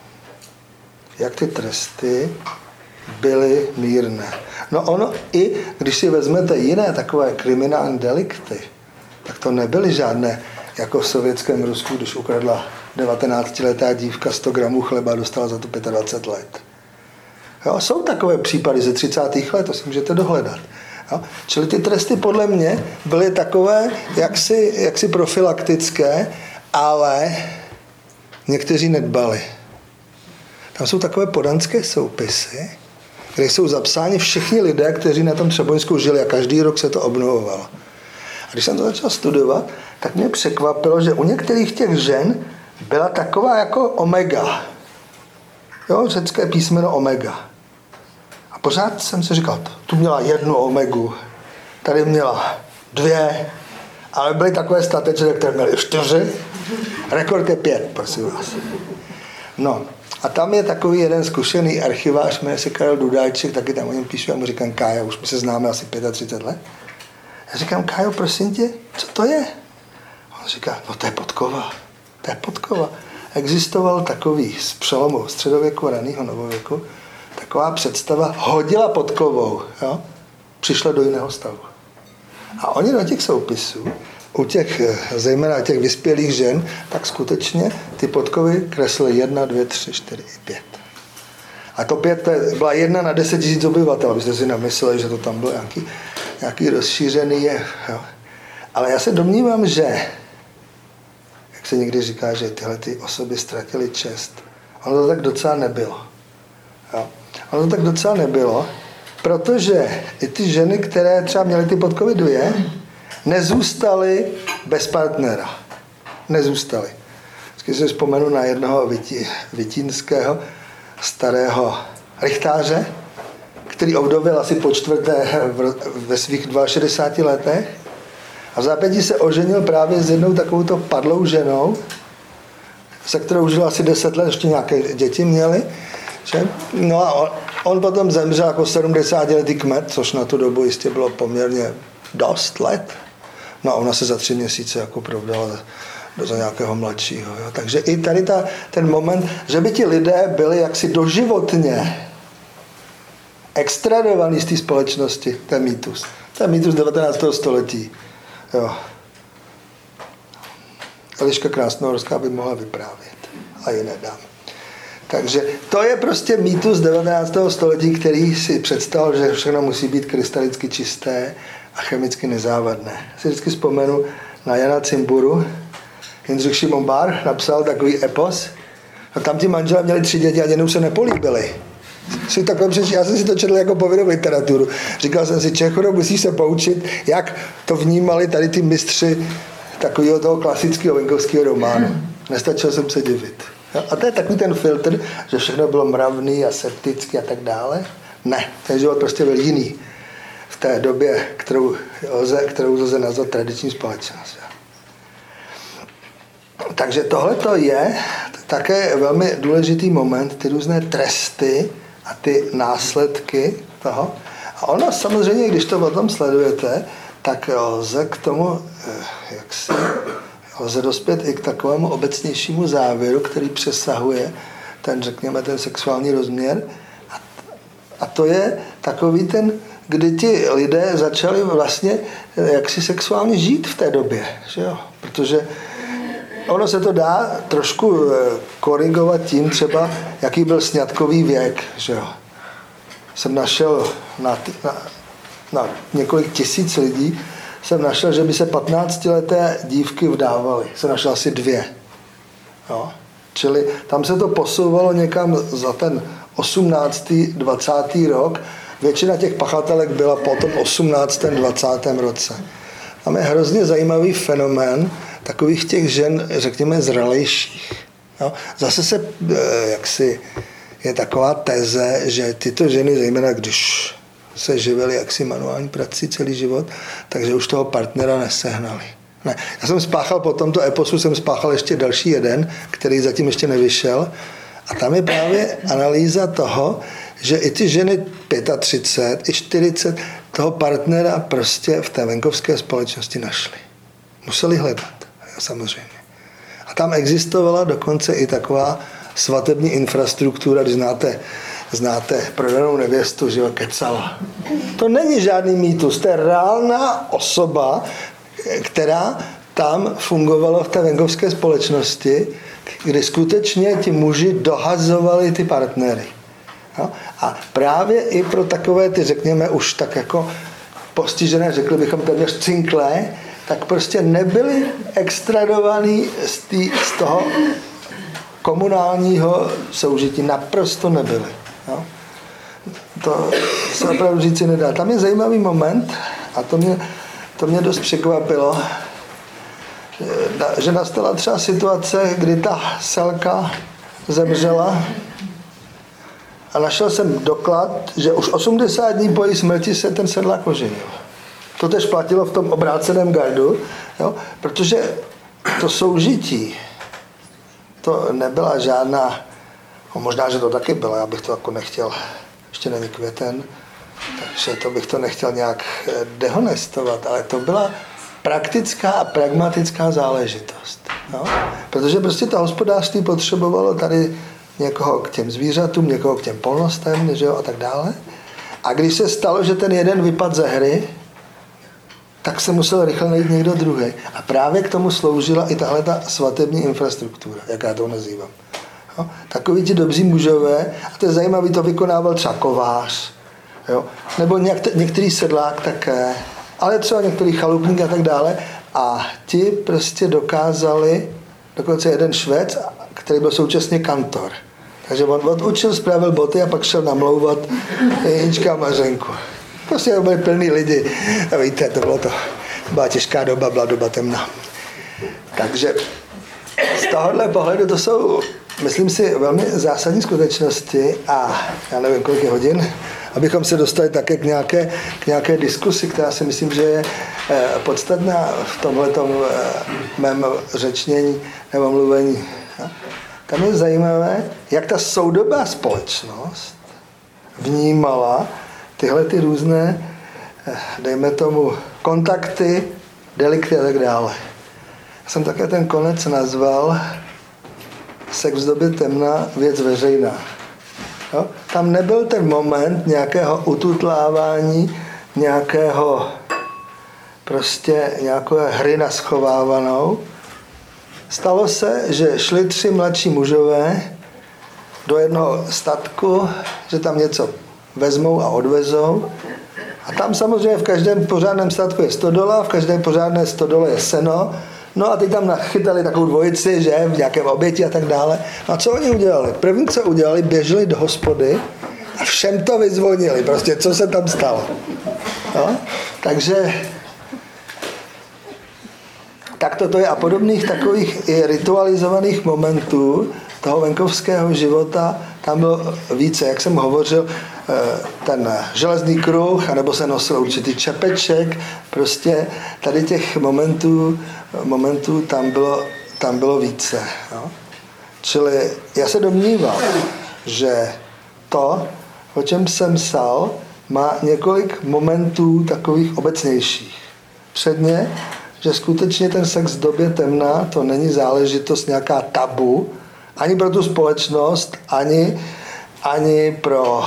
jak ty tresty byly mírné. No ono i, když si vezmete jiné takové kriminální delikty, tak to nebyly žádné, jako v sovětském Rusku, když ukradla 19letá dívka 100 gramů chleba a dostala za to 25 let. Jo, jsou takové případy ze 30. let, to si můžete dohledat. Jo? Čili ty tresty podle mě byly takové jaksi profilaktické, ale někteří nedbali. Tam jsou takové podanské soupisy, kde jsou zapsáni všichni lidé, kteří na tom Třeboňsku žili a každý rok se to obnovovalo. A když jsem to začal studovat, tak mě překvapilo, že u některých těch žen byla taková jako omega. Jo, řecké písmeno omega. A pořád jsem si říkal, tu měla 1 omegu, tady měla 2, ale byly takové statečné, které měly 4, rekord je 5, prosím vás. No, a tam je takový jeden zkušený archivář, jmenuje se Karel Dudáček, taky tam o něm píšu, já mu říkám, Kája, už my se známe asi 35 let. Já říkám, Kájo, prosím tě, co to je? On říká, no to je podkova, to je podkova. Existoval takový z přelomu středověku a raného novověku, taková představa, hodila podkovou, jo? Přišla do jiného stavu. A oni do těch soupisů, u těch, zejména těch vyspělých žen, tak skutečně ty podkovy kreslily 1, 2, 3, 4, 5. A to 5 to byla 1 na 10 000 obyvatel, abyste si namysleli, že to tam bylo nějaký rozšířený jev. Jo? Ale já se domnívám, že, jak se někdy říká, že tyhle ty osoby ztratily čest, ono to tak docela nebylo. Jo? Ono to tak docela nebylo, protože i ty ženy, které třeba měly ty podkovy 2, nezůstaly bez partnera. Nezůstaly. Vždycky si vzpomenu na jednoho vitínského starého rychtáře, který ovdověl asi po 4. ve svých 62 letech a v zápětí se oženil právě s jednou takovouto padlou ženou, se kterou žil asi 10 let, ještě nějaké děti měli. Že? No a on potom zemřel jako 70letý kmet, což na tu dobu jistě bylo poměrně dost let. No a ona se za 3 měsíce jako provdala za nějakého mladšího. Jo. Takže i tady ten moment, že by ti lidé byli jaksi doživotně extradovaní z té společnosti, to je mýtus. To je mýtus 19. století. Jo. Eliška Krásnohorská by mohla vyprávět a jiné dámy. Takže to je prostě mýtus 19. století, který si představil, že všechno musí být krystalicky čisté a chemicky nezávadné. Já si vždycky vzpomenu na Jana Cimburu. Jindřich Šimon Bár napsal takový epos. A tam ti manželé měli 3 děti a jednou se nepolíbili. Já jsem si to četl jako povinnou literaturu. Říkal jsem si, Čechoro, musíš se poučit, jak to vnímali tady ty mistři takového toho klasického venkovského románu. Nestačil jsem se divit. A to je takový ten filtr, že všechno bylo mravný a septický a tak dále. Ne, ten život prostě byl jiný v té době, kterou lze nazvat tradiční společnost. Takže tohleto je také velmi důležitý moment, ty různé tresty a ty následky toho. A ono samozřejmě, když to potom sledujete, tak lze k tomu, lze dospět i k takovému obecnějšímu závěru, který přesahuje ten, řekněme, ten sexuální rozměr. A to je takový ten, kdy ti lidé začali vlastně jaksi sexuálně žít v té době. Že jo? Protože ono se to dá trošku korigovat tím třeba, jaký byl sňatkový věk. Že jo? Jsem našel na několik tisíc lidí, jsem našel, že by se 15leté dívky vdávaly. Jsem našel asi 2. Jo? Čili tam se to posouvalo někam za ten 18. 20. rok. Většina těch pachatelek byla po tom 18. 20. roce. Tam je hrozně zajímavý fenomén takových těch žen, řekněme, zralejších. Jo? Zase se jaksi je taková teze, že tyto ženy, zejména když se živily jaksi manuální prací celý život, takže už toho partnera nesehnali. Ne. Já jsem spáchal po tomto eposu, jsem spáchal ještě další jeden, který zatím ještě nevyšel. A tam je právě analýza toho, že i ty ženy 35, i 40, toho partnera prostě v té venkovské společnosti našli. Museli hledat, samozřejmě. A tam existovala dokonce i taková svatební infrastruktura, když znáte prodanou nevěstu, že jo, Kecala. To není žádný mýtus, to je reálná osoba, která tam fungovala v té venkovské společnosti, kdy skutečně ti muži dohazovali ty partnery. No? A právě i pro takové ty, řekněme, už tak jako postižené, řekli bychom téměř cinklé, tak prostě nebyli extradovaní z toho komunálního soužití. Naprosto nebyli. No? To se opravdu říci nedá. Tam je zajímavý moment, a to mě dost překvapilo, že nastala třeba situace, kdy ta Selka zemřela a našel jsem doklad, že už 80 dní po její smrti se ten sedlák oženil. To tež platilo v tom obráceném gardu, jo? Protože to soužití, to nebyla žádná, no možná, že to taky bylo, já bych to jako nechtěl, ještě není květen, takže to bych to nechtěl nějak dehonestovat, ale to byla praktická a pragmatická záležitost. No? Protože prostě to hospodářství potřebovalo tady někoho k těm zvířatům, někoho k těm polnostem, že jo, a tak dále. A když se stalo, že ten jeden vypadl ze hry, tak se musel rychle najít někdo druhý. A právě k tomu sloužila i tahle ta svatební infrastruktura, jak já to nazývám. No? Takoví ti dobří mužové, a to je zajímavé, to vykonával třeba kovář, jo? Nebo některý sedlák také, ale třeba některý chalupník a tak dále. A ti prostě dokázali, dokonce jeden Švéd, který byl současně kantor. Takže on odučil, spravil boty a pak šel namlouvat Jinička a Mařenku. Prostě byli plný lidi. A víte, byla těžká doba, byla doba temná. Takže z tohohle pohledu to jsou, myslím si, velmi zásadní skutečnosti a já nevím, kolik je hodin, abychom se dostali také k nějaké diskusi, která si myslím, že je podstatná v tomhletom mém řečnění nebo mluvení. Tam je zajímavé, jak ta soudobá společnost vnímala tyhle ty různé, dejme tomu, kontakty, delikty a tak dále. Já jsem také ten konec nazval sex v době temna, věc veřejná. Jo? Tam nebyl ten moment nějakého ututlávání, nějaké hry na schovávanou. Stalo se, že šli 3 mladší mužové do jednoho statku, že tam něco vezmou a odvezou. A tam samozřejmě v každém pořádném statku je stodola, v každém pořádné stodole je seno. No a teď tam nachytali takovou dvojici, že v nějakém oběti a tak dále. No a co oni udělali? První, co udělali, běželi do hospody a všem to vyzvonili. Prostě, co se tam stalo. No? Takže tak toto je a podobných takových i ritualizovaných momentů toho venkovského života tam bylo více. Jak jsem hovořil, ten železný kruh, anebo se nosil určitý čepeček, prostě tady těch momentů tam bylo více. No? Čili já se domnívám, že to, o čem jsem psal, má několik momentů takových obecnějších. Předně, že skutečně ten sex v době temna, to není záležitost nějaká tabu, ani pro tu společnost, ani pro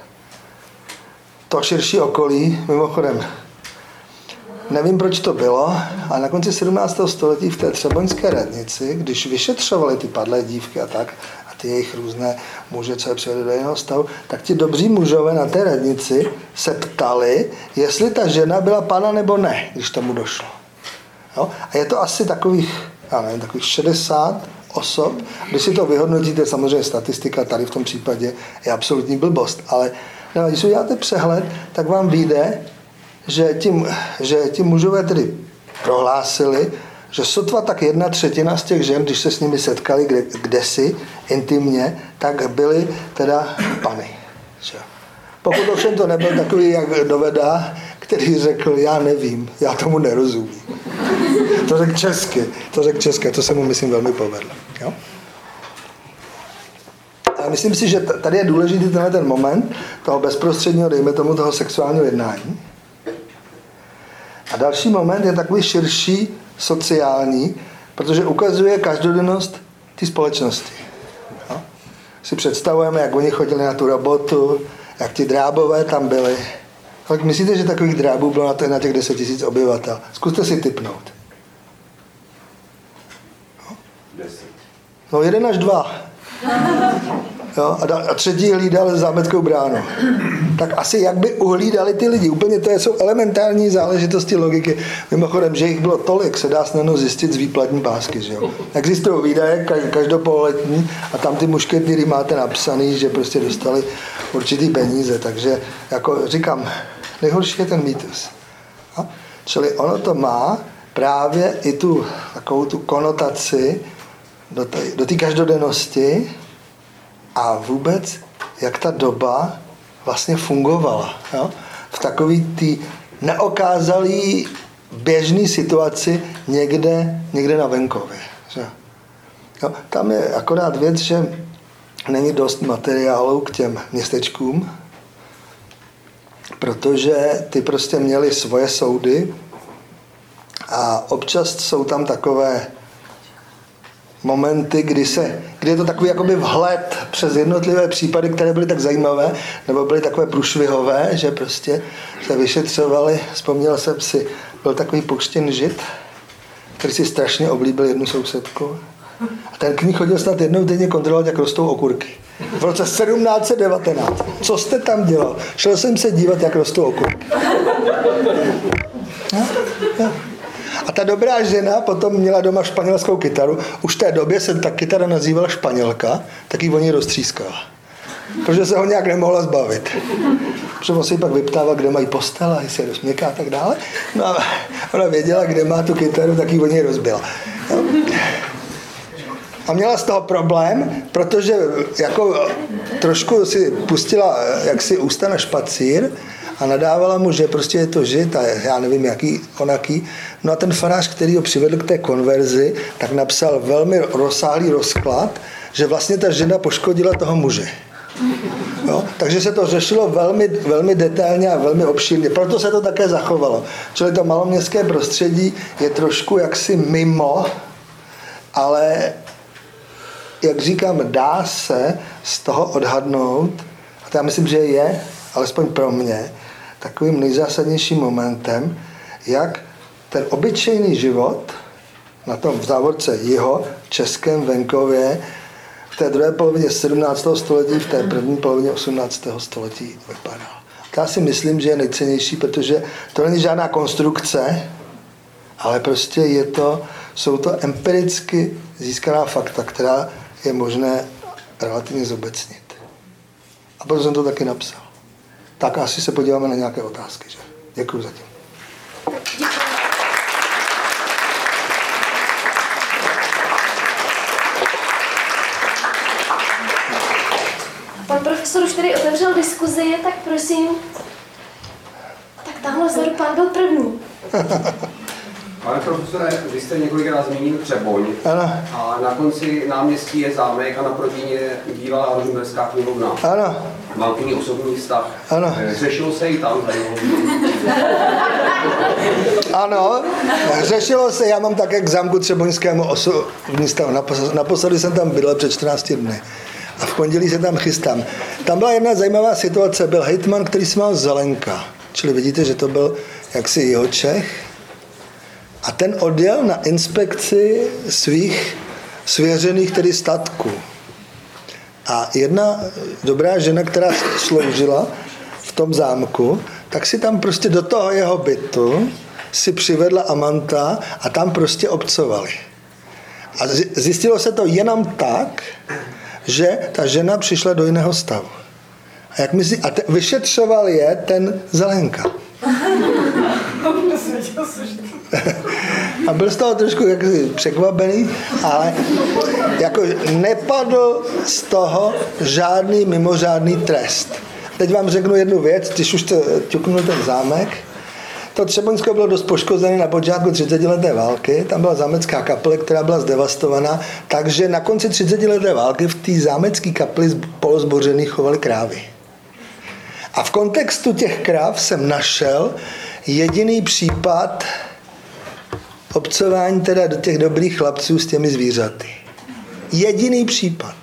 to širší okolí. Mimochodem, nevím, proč to bylo, ale na konci 17. století v té třeboňské radnici, když vyšetřovali ty padlé dívky a tak, a ty jejich různé muže, co je přijeli do jiného stavu, tak ti dobří mužové na té radnici se ptali, jestli ta žena byla pana nebo ne, když tomu došlo. Jo? A je to asi takových 60 osob. Když si to vyhodnotíte, samozřejmě statistika tady v tom případě je absolutní blbost, ale když si uděláte přehled, tak vám vyjde, že ti mužové tedy prohlásili, že sotva tak 1/3 z těch žen, když se s nimi setkali kdesi intimně, tak byly teda pany. Pokud ovšem to nebyl takový, jak Doveda, který řekl, já nevím, já tomu nerozumím. To řekl česky, to se mu, myslím, velmi povedlo. Jo? A myslím si, že tady je důležitý ten moment toho bezprostředního, dejme tomu, toho sexuálního jednání. A další moment je takový širší, sociální, protože ukazuje každodennost té společnosti. No? Si představujeme, jak oni chodili na tu robotu, jak ti drábové tam byli. Tak myslíte, že takových drábů bylo na těch 10 000 obyvatel? Zkuste si tipnout. No 1 až 2. Jo, a třetí hlídal zámeckou bránu. Tak asi jak by uhlídali ty lidi? Úplně to jsou elementární záležitosti logiky. Mimochodem, že jich bylo tolik, se dá snadno zjistit z výplatní pásky. Že jo? Existují výdaje každopololetní a tam ty mušketýry máte napsaný, že prostě dostali určitý peníze. Takže jako říkám, nejhorší je ten mýtus. No? Čili ono to má právě i tu takovou tu konotaci do té každodennosti a vůbec, jak ta doba vlastně fungovala. Jo? V takový té neokázalý běžný situaci někde na venkově. Že? Jo? Tam je akorát věc, že není dost materiálů k těm městečkům, protože ty prostě měly svoje soudy a občas jsou tam takové momenty, kdy je to takový jakoby vhled přes jednotlivé případy, které byly tak zajímavé, nebo byly takové průšvihové, že prostě se vyšetřovali. Vzpomněl jsem si, byl takový pokřtěn žid, který si strašně oblíbil jednu sousedku. A ten k ní chodil snad jednou denně kontrolovat, jak rostou okurky. V roce 1719. Co jste tam dělal? Šel jsem se dívat, jak rostou okurky. Ja. A ta dobrá žena potom měla doma španělskou kytaru. Už v té době se ta kytara nazývala Španělka, tak ji o ní roztřískala. Protože se ho nějak nemohla zbavit. Protože on se jí pak vyptával, kde mají postel a jestli je dost měkká a tak dále. No a ona věděla, kde má tu kytaru, tak ji o něj rozbila. No. A měla z toho problém, protože jako trošku si pustila jaksi ústa na špacír a nadávala mu, že prostě je to žid a já nevím, jaký, onaký. No a ten farář, který ho přivedl k té konverzi, tak napsal velmi rozsáhlý rozklad, že vlastně ta žena poškodila toho muže. Jo? Takže se to řešilo velmi, velmi detailně a velmi obšírně. Proto se to také zachovalo. Čili to maloměstské prostředí je trošku jaksi mimo, ale jak říkám, dá se z toho odhadnout, a to já myslím, že je, alespoň pro mě, takovým nejzásadnějším momentem, jak ten obyčejný život na tom v závorce jiho českém venkově v té druhé polovině 17. století, v té první polovině 18. století vypadal. Já si myslím, že je nejcennější, protože to není žádná konstrukce, ale prostě jsou to empiricky získaná fakta, která je možné relativně zobecnit. A proto jsem to taky napsal. Tak asi se podíváme na nějaké otázky. Že? Děkuji zatím. Pan profesor už tady otevřel diskuzi, tak prosím. Tak tamhle vzadu pán byl první. Pane profesore, vy jste několikrát zmínil Třeboň. Ano. A na konci náměstí je zámek a naproti je bývalá rožmberská knihovna. Ano. Mám k ní osobní vztah. Ano. Řešilo se i tam, zajímalo. Ano, řešilo se, já mám také k zámku Třeboňskému osobní vztah. Naposledy jsem tam bydlel před 14 dny. A v pondělí se tam chystám. Tam byla jedna zajímavá situace, byl hejtman, který se jmenoval Zelenka. Čili vidíte, že to byl jaksi Jihočech. A ten odjel na inspekci svých svěřených, tedy statků. A jedna dobrá žena, která sloužila v tom zámku, tak si tam prostě do toho jeho bytu si přivedla amanta a tam prostě obcovali. A zjistilo se to jenom tak, že ta žena přišla do jiného stavu. A jak myslí, vyšetřoval je ten Zelenka. A byl z toho trošku překvapený, ale jako nepadl z toho žádný mimořádný trest. Teď vám řeknu jednu věc, když už ťuknul ten zámek. To Třeboňsko bylo dost poškozené na počátku 30leté války, tam byla zámecká kaple, která byla zdevastovaná, takže na konci 30leté války v té zámecké kapli polozbořených chovali krávy. A v kontextu těch kráv jsem našel jediný případ obcování teda do těch dobrých chlapců s těmi zvířaty. Jediný případ.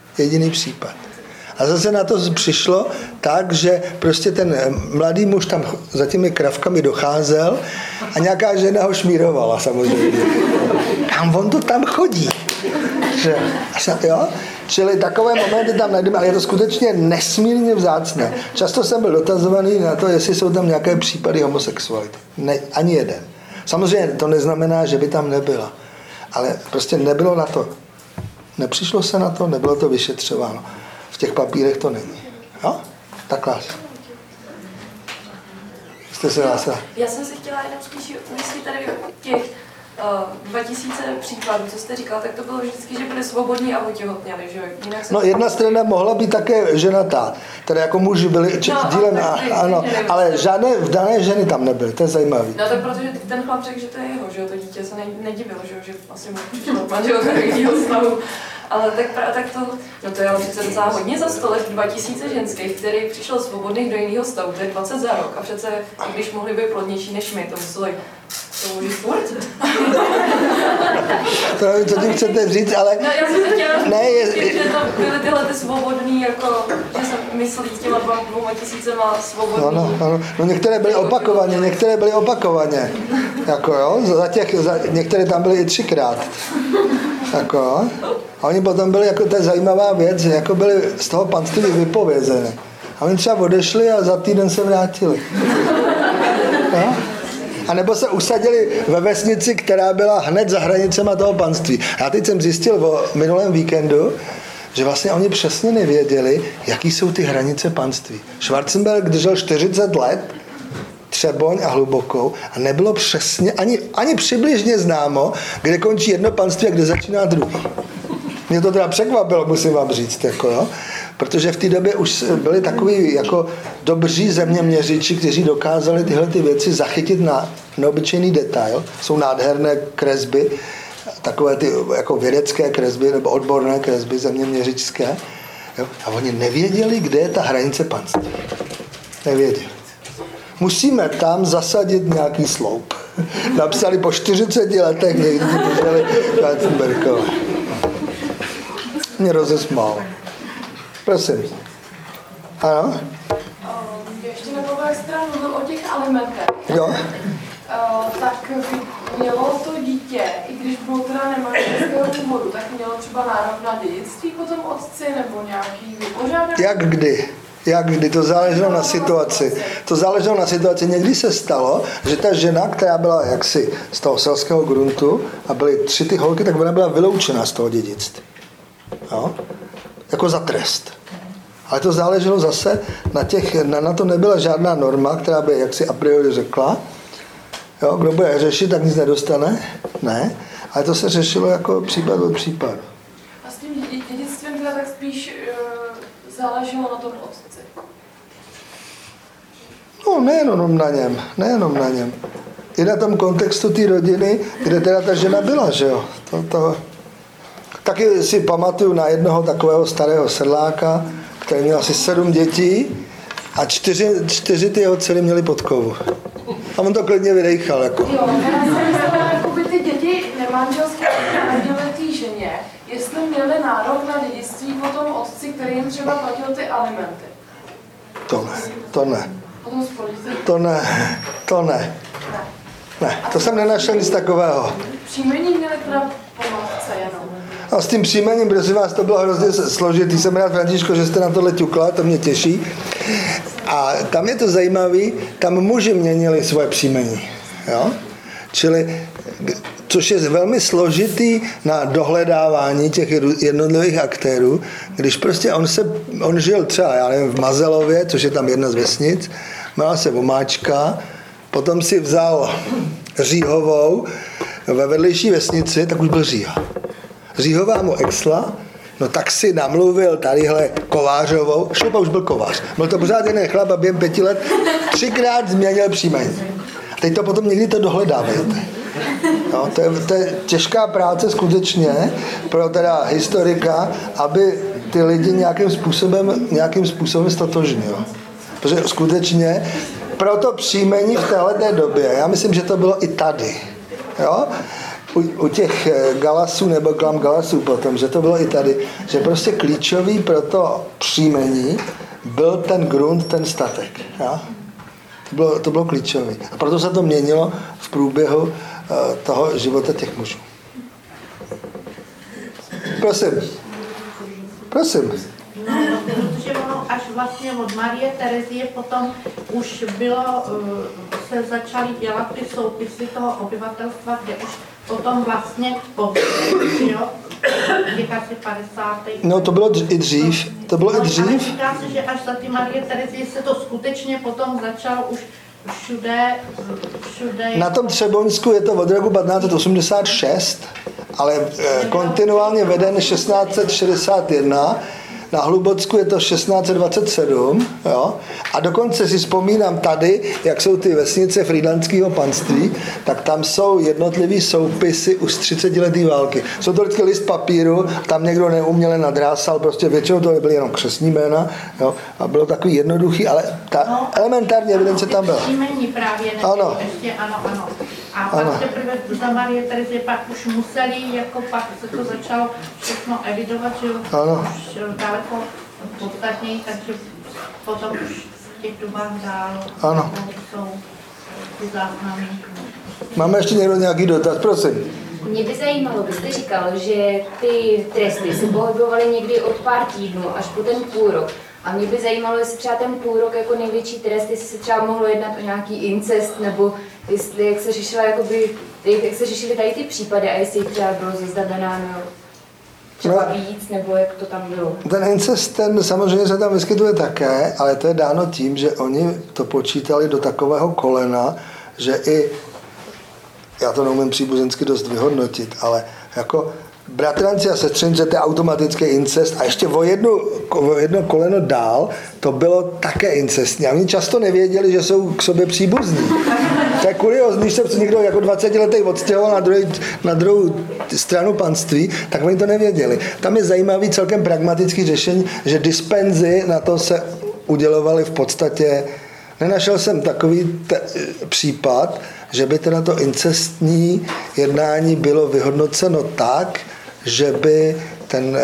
A zase na to přišlo tak, že prostě ten mladý muž tam za těmi kravkami docházel a nějaká žena ho šmírovala samozřejmě. Kam on to tam chodí? Že, jo? Čili takové momenty tam najdeme, ale je to skutečně nesmírně vzácné. Často jsem byl dotazovaný na to, jestli jsou tam nějaké případy homosexuality. Ne, ani jeden. Samozřejmě to neznamená, že by tam nebyla. Ale prostě nebylo na to. Nepřišlo se na to, nebylo to vyšetřováno. V těch papírech to není. Jo? Takhle. Jste se hlásila? Já jsem si chtěla jenom spíš ujistit tady těch 2000 příkladů, co jste říkal, tak to bylo vždycky, že byli svobodní a otěhotněli, že jinak se... No jedna strana mohla být také ženatá, které jako muži byli dílem, ano, ale žádné vdané ženy tam nebyly, to je zajímavé. No tak protože ten chlap řekl, že to je jeho, že to dítě se nedivilo, že asi mu přišlo manželka do jiného stavu. Ale tak to, no to je ale přece docela hodně za 100 let, 2000 ženských, který přišel svobodných do jiného stavu, to je 20 za rok a přece, i když mohli být plodnější než my, to museli to může furt. To nevím, co tím chcete říct, ale... No já jsem se chtěla říct, že to byly tyhle ty svobodný, jako, že jsem myslí s těma 2000 svobodný. No některé byly opakovaně, jako jo, některé tam byly i 3krát, jako jo. A oni potom byli, jako to je zajímavá věc, jako byli z toho panství vypovězené. A oni třeba odešli a za týden se vrátili. Jo? A nebo se usadili ve vesnici, která byla hned za hranicema toho panství. Já teď jsem zjistil o minulém víkendu, že vlastně oni přesně nevěděli, jaký jsou ty hranice panství. Schwarzenberg držel 40 let, Třeboň a Hlubokou a nebylo přesně, ani přibližně známo, kde končí jedno panství a kde začíná druhý. Mě to teda překvapilo, musím vám říct, jako jo. Protože v té době už byli takový jako dobří zeměměřiči, kteří dokázali tyhle ty věci zachytit na neobyčejný detail. Jsou nádherné kresby, takové ty jako vědecké kresby nebo odborné kresby zeměměřičské. Jo? A oni nevěděli, kde je ta hranice panství. Nevěděli. Musíme tam zasadit nějaký sloup. Napsali po 40 letech, někdy drželi Schwarzenbergové. Mě rozesmál. Prosím. Ano? Ještě na druhé straně mluvil o těch alimentech. Jo. Tak mělo to dítě, i když bylo teda nemanželského původu, tak mělo třeba nárok na dědictví potom otci nebo nějaký vypořádání? Jak kdy, to záleželo na situaci. Někdy se stalo, že ta žena, která byla jaksi z toho selského gruntu a byly 3 ty holky, tak ona byla vyloučena z toho dědictví. Jo? Jako za trest. Ale to záleželo zase na to nebyla žádná norma, která by jaksi a priori řekla, jo, kdo bude řešit, tak nic nedostane. Ne, ale to se řešilo jako případ od případu. A s tím dědictvím teda tak spíš záleželo na tom otci? No, nejenom na něm. I na tom kontextu té rodiny, kde teda ta žena byla, že jo. Taky si pamatuju na jednoho takového starého sedláka, který měl asi 7 dětí a 4 ty jeho dcery měly podkovu. A on to klidně vydejchal. Jako. Jo, já jsem myslela, jakoby ty děti nemanželské neměly té ženě, jestli měli nárok na dědictví po tom otci, který jim třeba platil ty alimenty. To ne. Ne, to jsem nenašel nic takového. Příjmení měli teda po matce jenom. A s tím příjmením, prosím vás, to bylo hrozně složitý. Jsem rád, Františko, že jste na tohle ťukla, to mě těší. A tam je to zajímavé, tam muži měnili svoje příjmení. Jo? Čili, což je velmi složitý na dohledávání těch jednotlivých aktérů, když prostě on žil třeba, já nevím, v Mazelově, což je tam jedna z vesnic, měla se Vomáčka, potom si vzal Říhovou ve vedlejší vesnici, tak už byl Říha. Říhová mu exla, no tak si namluvil tadyhle Kovářovou, šupa už byl kovář. Byl to pořád jeden chlap a během 5 let 3krát změnil příjmení. A teď to potom někdy to dohledávajte. No, to je těžká práce skutečně pro teda historika, aby ty lidi nějakým způsobem stotožnil. Protože skutečně pro to příjmení v téhleté době. Já myslím, že to bylo i tady. Jo? U těch galasů nebo klam galasů potom, že to bylo i tady, že prostě klíčový pro to příjmení byl ten grunt, ten statek. Jo? To bylo klíčový. A proto se to měnilo v průběhu toho života těch mužů. Prosím. No, protože ono až vlastně od Marie Terezie potom už bylo, se začaly dělat ty soupisy toho obyvatelstva, kde už potom vlastně jo, těch asi 50. No to bylo i dřív. To bylo i dřív. Ale říká se, že až za ty Marie Terezie se to skutečně potom začalo už všude. Na tom Třeboňsku je to od roku 1586, ale kontinuálně veden 1661. Na Hlubocku je to 1627, jo? A dokonce si vzpomínám tady, jak jsou ty vesnice frýdlandského panství, tak tam jsou jednotlivý soupisy už z 30leté války. Jsou to vždycky list papíru, tam někdo neuměle nadrásal, prostě většinou to byly jenom křestní jména, jo? A bylo takový jednoduchý, ale ta elementární evidence tam byla. Příjmení právě, ano. Ještě ano. A pak teprve za Marie Terezie pak už museli, jako pak se to začalo všechno evidovat, že už daleko podstatněji, takže potom už v těch dobách dál jsou ty záznamy. Máme ještě někdo nějaký dotaz, prosím. Mě by zajímalo, byste říkal, že ty tresty se pohybovaly někdy od pár týdnů až po ten půl rok. A mě by zajímalo, jestli třeba ten půl rok jako největší trest, jestli se třeba mohlo jednat o nějaký incest, nebo jestli, jak se řešila, jakoby, jak se řešily tady ty případy a jestli jich třeba bylo zaznamenáno třeba víc, nebo jak to tam bylo. Ten incest, ten samozřejmě se tam vyskytuje také, ale to je dáno tím, že oni to počítali do takového kolena, že i, já to neumím příbuzensky dost vyhodnotit, ale jako bratranci a sestřenice, to je automatický incest a ještě o jedno koleno dál, to bylo také incestní. A oni často nevěděli, že jsou k sobě příbuzní. To je kuriózní, když se někdo jako 20letý odstěhoval na druhou stranu panství, tak oni to nevěděli. Tam je zajímavý celkem pragmatický řešení, že dispenzy na to se udělovaly v podstatě. Nenašel jsem takový případ, že by teda to incestní jednání bylo vyhodnoceno tak, že by ten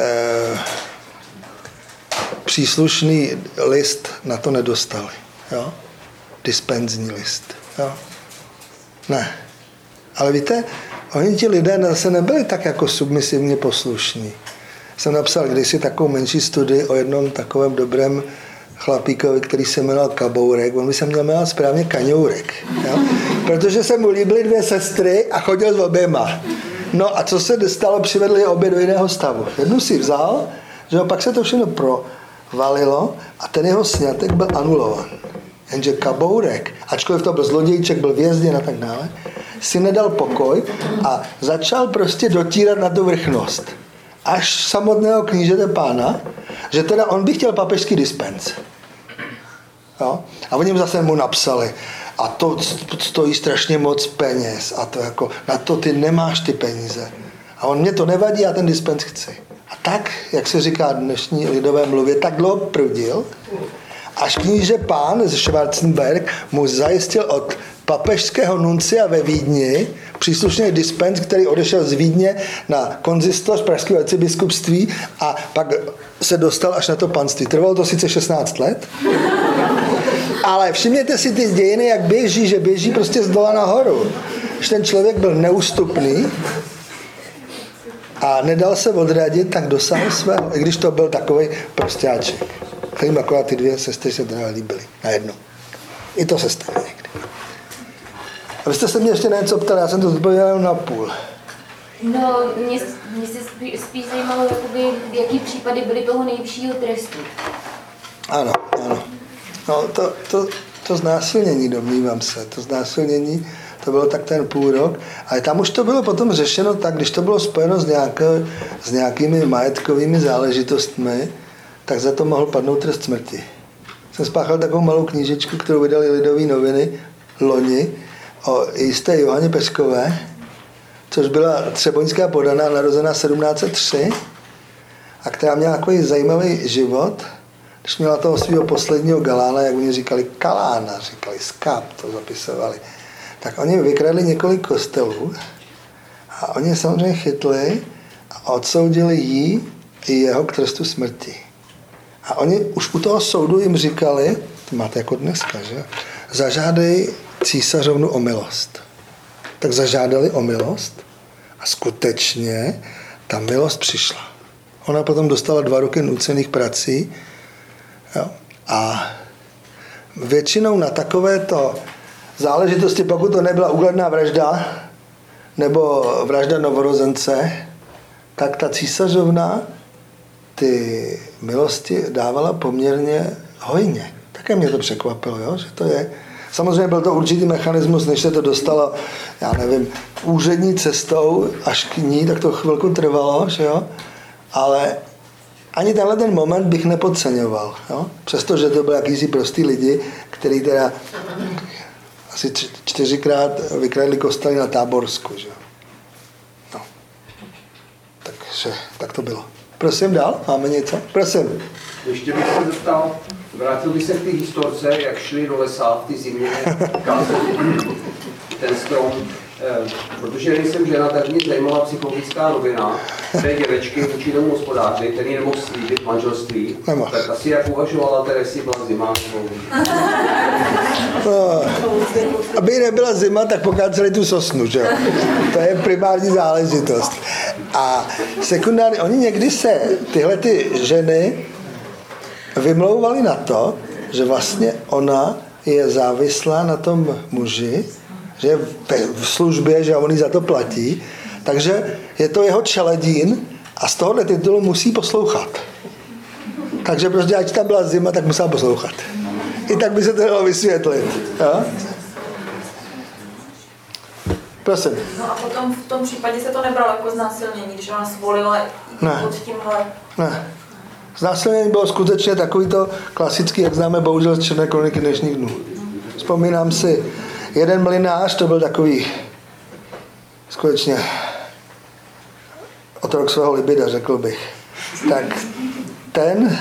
příslušný list na to nedostali. Jo? Dispenzní list. Jo? Ne. Ale víte, oni ti lidé zase nebyli tak jako submisivně poslušní. Jsem napsal kdysi takovou menší studii o jednom takovém dobrém chlapíkovi, který se jmenoval Kabourek, on by se měl jmenovat správně Kaňourek, jo? Protože se mu líbily dvě sestry a chodil s oběma. No a co se stalo, přivedli je obě do jiného stavu. Jednu si vzal, že pak se to všechno provalilo a ten jeho sňatek byl anulovan. Jenže Kabourek, ačkoliv to byl zlodějček, byl vězněn a tak dále, si nedal pokoj a začal prostě dotírat na tu vrchnost. Až samotného knížete pána, že teda on by chtěl papežský dispens. Jo? A oni zase mu napsali, a to stojí strašně moc peněz, a to jako, na to ty nemáš ty peníze. A on, mě to nevadí, já ten dispens chci. A tak, jak se říká dnešní lidové mluvě, tak dlouho prudil, až kníže pán z Schwarzenberg mu zajistil od papežského nuncia ve Vídni příslušný dispens, který odešel z Vídně na konzistoř pražského arcibiskupství a pak se dostal až na to panství. Trvalo to sice 16 let, ale všimněte si ty dějiny, jak běží, že běží prostě z dola nahoru. Když ten člověk byl neústupný a nedal se odradit, tak dosáhl svého, i když to byl takovej prostáček. Kterým akorát ty dvě sestry se teda líbily. Najednou. I to se stane někdy. A vy jste se mě ještě něco ptali, já jsem to odpověděl na půl. No, mě se spíš zajímalo, jakoby, jaký případy byly toho nejvyššího trestu. Ano. No, to znásilnění, domnívám se. To znásilnění, to bylo tak ten půl rok. Ale tam už to bylo potom řešeno tak, když to bylo spojeno s nějakými majetkovými záležitostmi, tak za to mohl padnout trest smrti. Jsem spáchal takovou malou knížečku, kterou vydali Lidové noviny loni o jisté Johaně Peškové, což byla třeboňská podaná, narozená 1703 a která měla takový zajímavý život. když měla toho svého posledního galána, jak oni říkali kalána, říkali skap, to zapisovali, tak oni vykradli několik kostelů a oni samozřejmě chytli a odsoudili jí i jeho k trestu smrti. A oni už u toho soudu jim říkali, to máte jako dneska, že? Zažádej císařovnu o milost. Tak zažádali o milost a skutečně ta milost přišla. Ona potom dostala 2 roky nucených prací, jo? A většinou na takovéto záležitosti, pokud to nebyla úhledná vražda nebo vražda novorozence, tak ta císařovna ty milosti dávala poměrně hojně. Také mě to překvapilo, jo? Že to je. Samozřejmě byl to určitý mechanismus, než se to dostalo, já nevím, úřední cestou až k ní, tak to chvilku trvalo, že jo? Ale ani tenhle ten moment bych nepodceňoval, jo? Přestože to byl jakýsi prostý lidi, který teda asi 4krát vykradli kostely na Táborsku, že jo? No. Takže tak to bylo. Prosím dál, máme něco? Prosím. Ještě bych se zeptal, vrátil bych se k té historce, jak šli do lesa v té zimě, kázali ten strom, protože nejsem žena, tak mě zajímala psychologická rovina té děvečky vůči tomu hospodáři, který nemohl slíbit manželství, tak asi jak uvažovala, teda jestli byla zima. No, aby nebyla zima, tak pokáceli tu sosnu, že jo? To je primární záležitost. A sekundárně, oni někdy se, tyhle ty ženy, vymlouvaly na to, že vlastně ona je závislá na tom muži, že je v službě, že on jí za to platí, takže je to jeho čeledín a z tohohle titulu musí poslouchat. Takže prostě, ať tam byla zima, tak musela poslouchat. I tak by se to dalo vysvětlit. Jo? Prosím. No a potom v tom případě se to nebralo jako znásilnění, když ona svolila pod tímhle. Ne. Znásilnění bylo skutečně takovýto klasický, jak známe bohužel z Černé kroniky dnešních dnů. Vzpomínám si, jeden mlynář, to byl takový skutečně otrok svého libida, řekl bych. Tak ten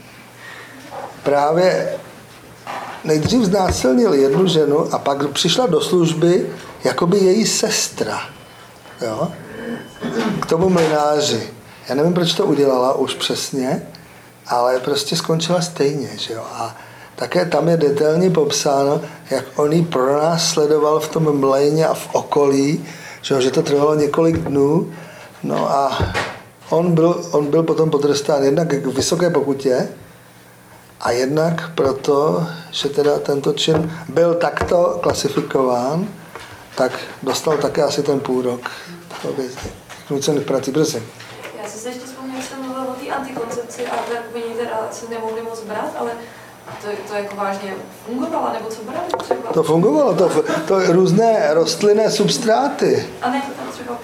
právě nejdřív znásilnil jednu ženu a pak přišla do služby jakoby její sestra. Jo? K tomu mlynáři. Já nevím, proč to udělala už přesně, ale prostě skončila stejně. Že jo? A také tam je detailně popsáno, jak on ji pronásledoval v tom mlejně a v okolí, že to trvalo několik dnů. No a on byl potom potrestán jednak k vysoké pokutě a jednak proto, že teda tento čin byl takto klasifikován, tak dostal také asi ten půl rok nucených prací. Prosím. Já jsem se ještě vzpomněla, že jsem mluvila o té antikoncepci a oni teda se nemohli moc brát, ale to jako vážně fungovalo, nebo co brali třeba? To fungovalo, to různé rostlinné substráty. A ne, tam třeba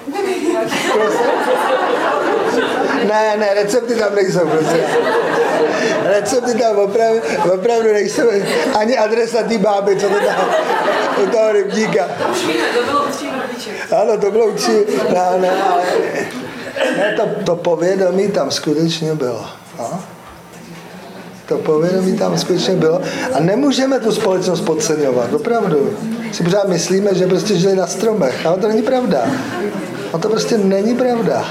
Ne, recepty tam nejsou, prosím. Recepty tam opravdu nejsou. Ani adresa té báby, co to tam u toho rybníka. To už víme, to bylo určitě rodiček. Ano, to bylo určitě, to povědomí tam skutečně bylo. No? To povědomí tam skutečně bylo. A nemůžeme tu společnost podceňovat, opravdu. Si pořád myslíme, že prostě žili na stromech, ale to není pravda. A to prostě není pravda.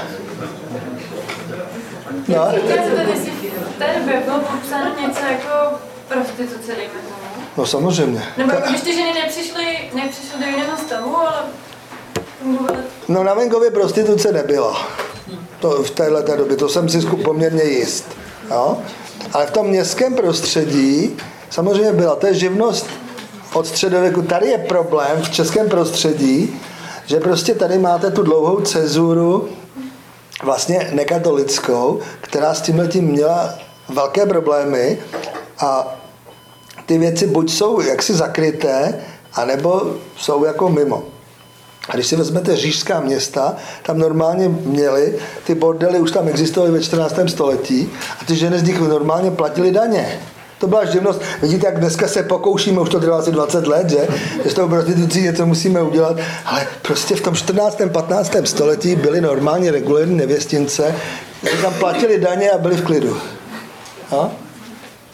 No. Já se tady si v té době bylo popsáno něco jako prostituce, dejme tomu. No samozřejmě. Nebo jako když ty ženy nepřišly do jiného stavu, ale fungovaly. No na venkově prostituce nebyla. To v téhleté době, to jsem si poměrně jist. Jo? Ale v tom městském prostředí samozřejmě byla. To je živnost od středověku. Tady je problém v českém prostředí, že prostě tady máte tu dlouhou cezuru vlastně nekatolickou, která s tímhletím měla velké problémy a ty věci buď jsou jaksi zakryté, anebo jsou jako mimo. A když si vezmete říšská města, tam normálně měli, ty bordely už tam existovaly ve 14. století a ty ženy z nich normálně platily daně. To byla živnost. Vidíte, jak dneska se pokoušíme, už to trvá asi 20 let, že s tou prostitucí něco musíme udělat, ale prostě v tom 14. 15. století byly normálně regulérní nevěstince, kteří tam platili daně a byli v klidu. No?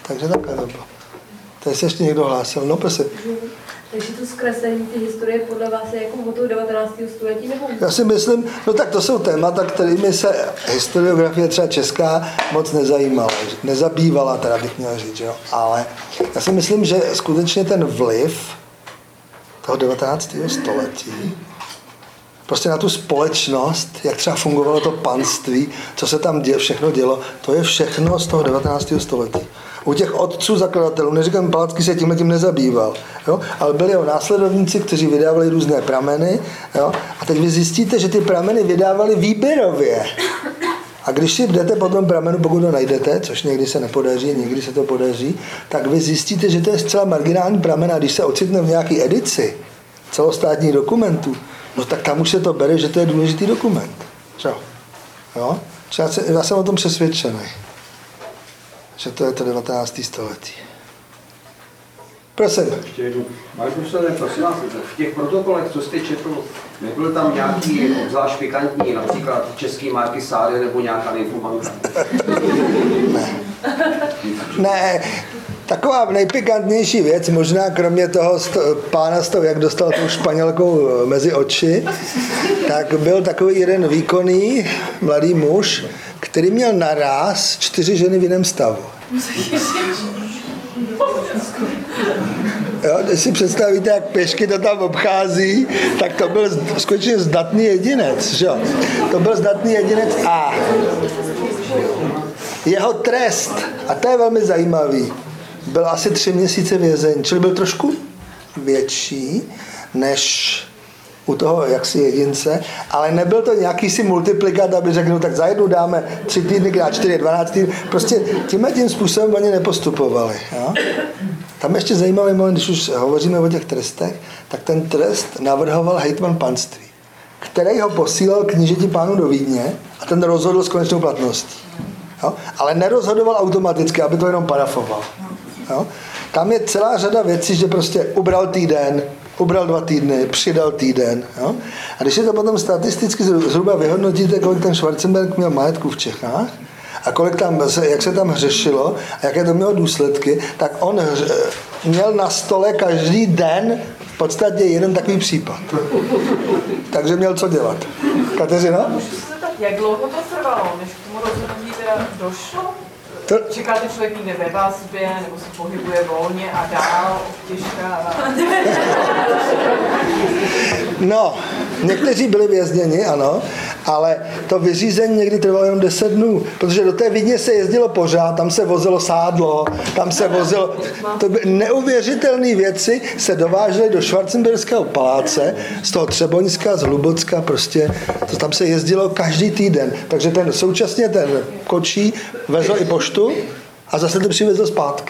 Takže takhle to bylo. Tady se ještě někdo hlásil. No, prosím. Takže to zkreslení ty historie podle vás je jako motou 19. století nebo? Já si myslím, no tak to jsou témata, kterými se historiografie třeba česká moc nezajímala, nezabývala, teda bych měl říct, jo. Ale já si myslím, že skutečně ten vliv toho 19. století prostě na tu společnost, jak třeba fungovalo to panství, co se tam všechno dělo, to je všechno z toho 19. století. U těch otců zakladatelů, neříkám, Palacký se tím nezabýval, jo? Ale byli jeho následovníci, kteří vydávali různé prameny, jo? A teď vy zjistíte, že ty prameny vydávali výběrově. A když si jdete po tom pramenu, pokud to najdete, což někdy se nepodaří, někdy se to podaří, tak vy zjistíte, že to je zcela marginální pramen a když se ocitne v nějaké edici celostátních dokumentů, no tak tam už se to bere, že to je důležitý dokument. Jo? Já jsem o tom přesvědčený, že to je to 19. století. Prosím. Ještě jednou. Pane profesore, prosím vás, v těch protokolech, co jste četl, nebyl tam nějaký obzvlášť pikantní, například český marky Sáry nebo nějaká nymfomanka? Ne, taková nejpikantnější věc, možná kromě toho pána z toho, jak dostal tou Španělkou mezi oči, tak byl takový jeden výkonný mladý muž, který měl naráz 4 ženy v jiném stavu. Jo, když si představíte, jak pěšky to tam obchází, tak to byl skutečně zdatný jedinec. Že? To byl zdatný jedinec a jeho trest, a to je velmi zajímavý, byl asi 3 měsíce vězení, čili byl trošku větší než u toho jaksi jedince, ale nebyl to nějaký si multiplikát, aby řekl, tak za jednu dáme 3 týdny, krát 4, 12 týdny. Prostě tím způsobem oni nepostupovali. Jo? Tam ještě zajímavý moment, když už hovoříme o těch trestech, tak ten trest navrhoval hejtman panství, který ho posílal knížeti pánu do Vídně a ten rozhodl s konečnou platností. Jo? Ale nerozhodoval automaticky, aby to jenom parafoval. Jo? Tam je celá řada věcí, že prostě ubral týden, ubral 2 týdny, přidal týden. Jo? A když si to potom statisticky zhruba vyhodnotíte, kolik ten Schwarzenberg měl majetku v Čechách a jak se tam hřešilo a jaké to mělo důsledky, tak on měl na stole každý den v podstatě jeden takový případ. Takže měl co dělat. Kateřina? Jak dlouho to trvalo, než k tomu rozhodnutí teda došlo? Čekáte, člověk někde ve vazbě, nebo se pohybuje volně a dál těžká? No, někteří byli vězněni, ano, ale to vyřízení někdy trvalo jenom 10 dnů, protože do té Vídně se jezdilo pořád, tam se vozilo sádlo, tam se vozilo, to by neuvěřitelné věci se dovážely do Schwarzenberského paláce, z toho Třeboňska, z Hlubocka, prostě, to tam se jezdilo každý týden, takže současně ten kočí vezl i poštu a zase to přivezl zpátky.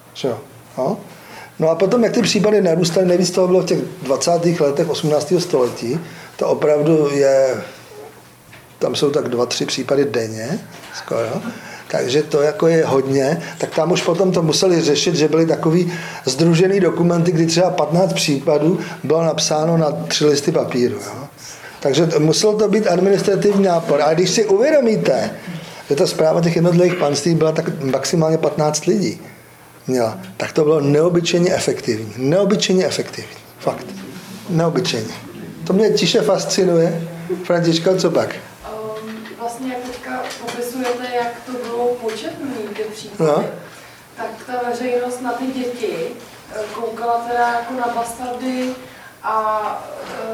No a potom, jak ty případy narůstaly, nejvíc toho bylo v těch 20. letech 18. století, to opravdu je, tam jsou tak 2-3 případy denně, skoro, takže to jako je hodně, tak tam už potom to museli řešit, že byly takový sdružený dokumenty, kdy třeba 15 případů bylo napsáno na 3 listy papíru. Jo? Takže musel to být administrativní nápor. Ale když si uvědomíte, že ta správa těch jednotlivých panství byla tak maximálně 15 lidí, měla, tak to bylo neobyčejně efektivní. Neobyčejně efektivní. Fakt. Neobyčejně. To mě tiše fascinuje. Františka, co pak? Vlastně jak teďka popisujete, jak to bylo početný, ty příklady, no. Tak ta veřejnost na ty děti koukala teda jako na bastardy a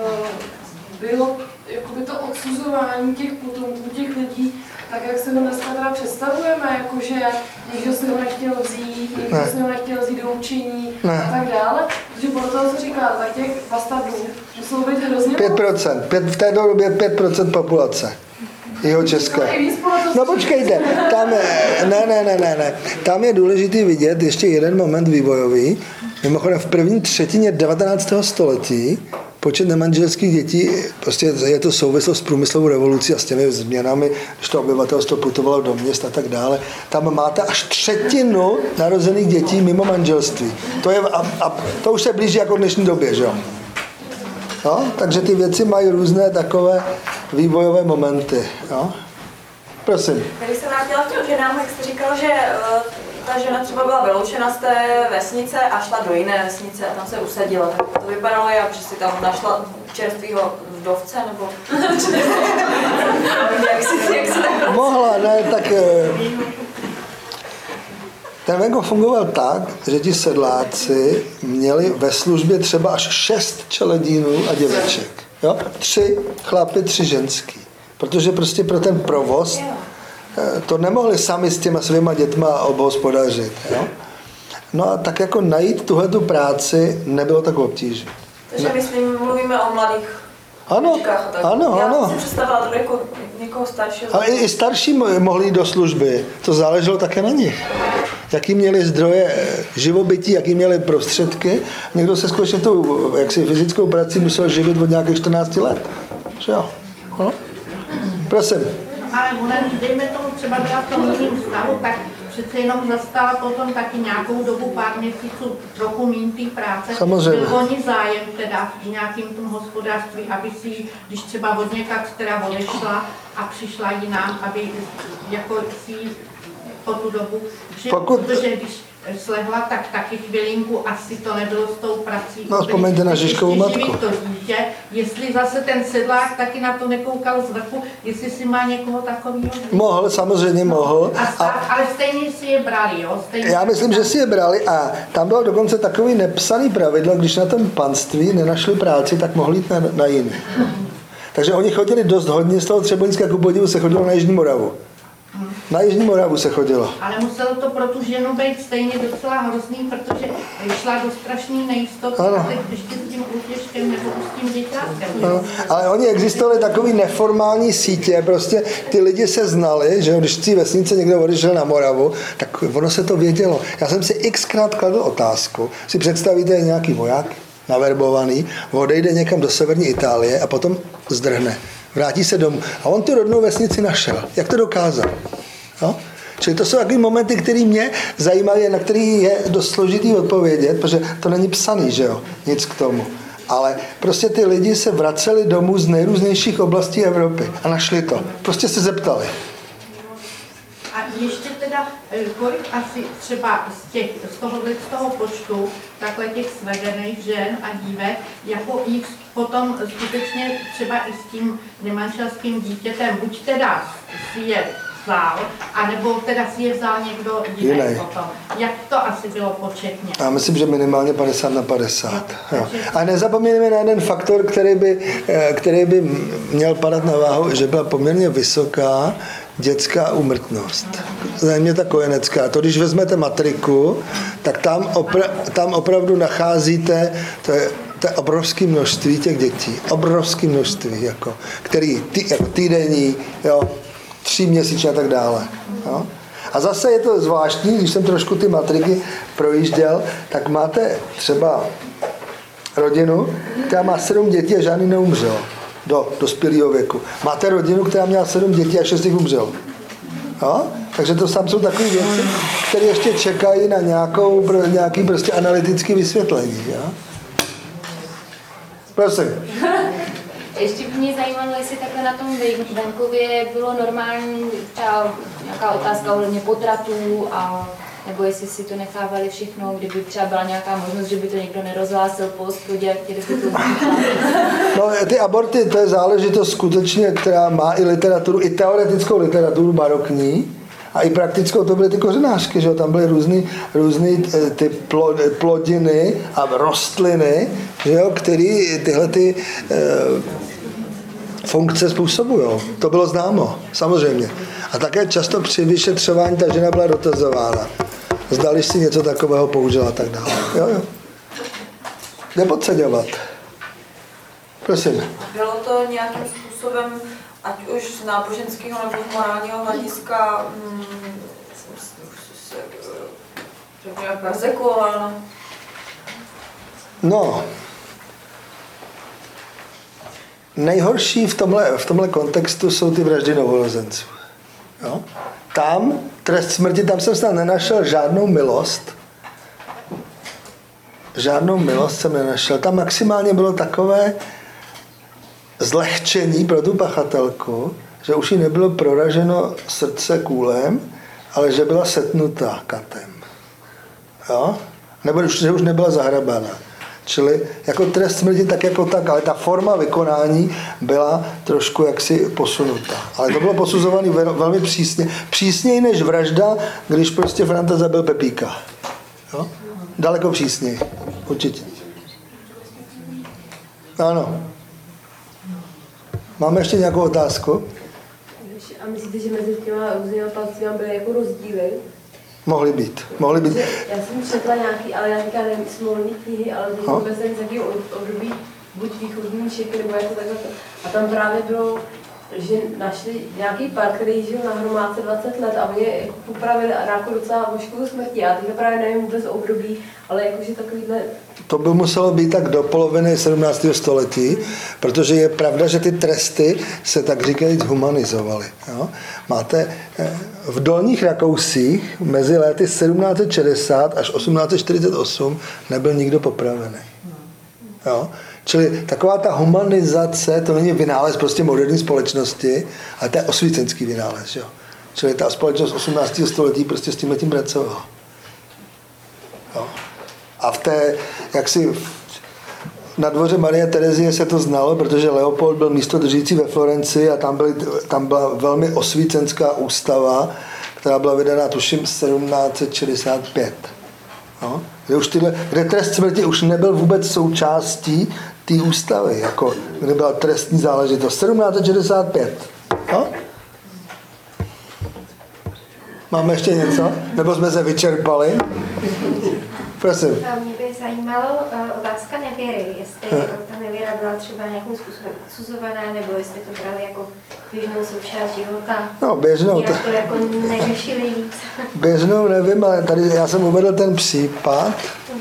bylo jakoby to odsuzování těch potomků, těch lidí, tak jak se to dneska teda představujeme, jakože někdo si ho nechtěl vzít, někdo si ho nechtěl vzít do učení a tak dále. Protože podle toho, co říká, tak těch bastardů muselo být hrozně 5%. V té době 5% populace. Jeho České. No počkejte, tam ne. Tam je důležitý vidět ještě jeden moment vývojový. Mimochodem v první třetině 19. století počet nemanželských dětí, prostě je to souvislost s průmyslovou revolucí a s těmi změnami, když to obyvatelstvo putovalo do měst a tak dále. Tam máte až 1/3 narozených dětí mimo manželství. To je, a to už se blíží jako v dnešní době, že jo? No, takže ty věci mají různé takové vývojové momenty. Jo? Prosím. Když jsem vrátila k těm ženám, jak jste říkal, že ta žena třeba byla vyloučena z té vesnice a šla do jiné vesnice a tam se usadila. Tak to vypadalo jak, že si tam našla čerstvýho vdovce, nebo... jak si tak... Mohla, ne, tak... Ten venkov fungoval tak, že ti sedláci měli ve službě třeba až 6 čeledínů a děveček. Jo? 3 chlapy, 3 ženský. Protože prostě pro ten provoz to nemohli sami s těma svýma dětma obhospodařit. Jo? No a tak jako najít tuhletu práci nebylo tak obtížné. Takže myslím, mluvíme o mladých Ano, ano. Já si představila to jako někoho staršího. Ale i starší mohli jít do služby. To záleželo také na nich. Jaký měli zdroje živobytí, jaký měli prostředky. Někdo se skutečně tou jaksi fyzickou prací musel živit od nějakých 14 let. Že jo? No? Prosím. Ale ona, dejme tomu, třeba byla v tom jiném stavu, tak přece jenom zastala potom taky nějakou dobu, pár měsíců, trochu míň té práce. Samozřejmě. Byl oni zájem teda v nějakým tom hospodářství, aby si, když třeba od někač teda odešla a přišla jinam, aby jako si po tu dobu, že, protože když slehla, tak taky chvilinku asi to nebylo s tou prací. No, vzpomeňte na Žižkovu matku. To dítě, jestli zase ten sedlák taky na to nekoukal z vrchu, jestli si má někoho takového. Mohl, samozřejmě mohl. Ale stejně si je brali, jo? Já myslím, že si je brali a tam bylo dokonce takový nepsaný pravidlo, když na tom panství nenašli práci, tak mohli jít na jiný. Takže oni chodili dost hodně z toho Třeboňska, ku podivu se chodilo na Jižní Moravu. Na Jižní Moravu se chodilo. Ale muselo to pro tu ženu být stejně docela hrozný, protože šla do strašný nejistoty a teď ještě s tím útěžkem nebo s tím děťátkem. Ale oni existovali takový neformální sítě, prostě ty lidi se znali, že když v té vesnici někdo odešel na Moravu, tak ono se to vědělo. Já jsem si xkrát kladl otázku, si představíte nějaký voják, naverbovaný, odejde někam do severní Itálie a potom zdrhne. Vrátí se domů. A on tu rodnou vesnici našel. Jak to dokázal? No? Čili to jsou takové momenty, které mě zajímají, na který je dost složitý odpovědět, protože to není psaný, že jo? Nic k tomu. Ale prostě ty lidi se vraceli domů z nejrůznějších oblastí Evropy a našli to. Prostě se zeptali. A ještě teda, kolik asi třeba z toho počtu takhle těch svedených žen a dívek, jako jich potom skutečně třeba i s tím nemanželským dítětem, buď teda si je vzal, anebo teda si je vzal někdo jiný potom. Jak to asi bylo početně? Já myslím, že minimálně 50/50. Jo. A nezapomínáme na jeden faktor, který by měl padat na váhu, že byla poměrně vysoká dětská úmrtnost. Zajmě ta kojenecká. To, když vezmete matriku, tak tam opravdu nacházíte, to je obrovské množství těch dětí. Obrovské množství, jako týdenní, jo, 3měsíčně a tak dále. Jo. A zase je to zvláštní, když jsem trošku ty matriky projížděl, tak máte třeba rodinu, která má 7 dětí a žádný neumřel do dospělého věku. Máte rodinu, která měla 7 dětí a 6 jich umřel. Jo? Takže to tam jsou takové věci, které ještě čekají na nějaký prostě analytické vysvětlení. Jo? Prosím. Ještě by mě zajímalo, jestli takhle na tom venkově bylo normální třeba nějaká otázka ohledně potratů, nebo jestli si to nechávali všechno, kdyby třeba byla nějaká možnost, že by to někdo nerozhlásil po hospodě, chtěli by to No, ty aborty, to je záležitost skutečně, která má i literaturu, i teoretickou literaturu barokní, a i praktickou to byly ty kořenářky, že jo? Tam byly různý ty plodiny a rostliny, že jo? Které tyhle ty funkce způsobují. To bylo známo, samozřejmě. A také často při vyšetřování ta žena byla dotazována. Zdali si něco takového použila a tak dále. Jo. Nepodceňovat. Prosím. Bylo to nějakým způsobem, ať už z náboženského nebo z morálního hlediska, persekuováno? No. Nejhorší v tomhle kontextu jsou ty vraždy novorozenců. Jo? Tam trest smrti, tam jsem snad nenašel žádnou milost. Žádnou milost jsem nenašel. Tam maximálně bylo takové zlehčení pro tu pachatelku, že už jí nebylo proraženo srdce kůlem, ale že byla setnutá katem. Jo? Nebo že už nebyla zahrabaná. Čili jako trest smrti tak jako tak, ale ta forma vykonání byla trošku jaksi posunutá. Ale to bylo posuzované velmi přísně. Přísněji než vražda, když prostě Franta zabil Pepíka. Jo? Daleko přísněji. Určitě. Ano. Máme ještě nějakou otázku? A myslíte, že mezi těma různými opatřeními byly jako rozdíly? Mohly být. Já jsem četla nějaký, ale já říkám, nevím, smolní knihy, ale to vůbec nevím, z jakého období, buď východní Čechy, nebo jako takhle. A tam právě bylo, že našli nějaký pár, který žil na hromádce 20 let a oni jako popravili a jako docela ošklivou smrti. Já teďka právě nevím vůbec o období, ale jakože takovýhle... To by muselo být tak do poloviny 17. století, protože je pravda, že ty tresty se tak říkajíc humanizovaly. Jo? Máte v Dolních Rakousích mezi lety 1760 až 1848 nebyl nikdo popravený. Jo? Čili taková ta humanizace, to není vynález prostě moderní společnosti, ale to je osvícenský vynález. Jo? Čili ta společnost 18. století prostě s tím pracovala. Jo? A v té, jaksi na dvoře Marie Terezie se to znalo, protože Leopold byl místodržící ve Florencii a tam byla velmi osvícenská ústava, která byla vydaná tuším 1765. No? Kde trest smrti už nebyl vůbec součástí té ústavy, jako kde byla trestní záležitost. 1765. No? Máme ještě něco? Nebo jsme se vyčerpali? Prosím. Mě by zajímalo otázka nevěry, jestli ta nevěra byla třeba nějakým způsobem odsuzovaná, nebo jestli to brali jako běžnou součást života. No, běžnou. To jako neřešili víc. Běžnou nevím, ale tady já jsem uvedl ten případ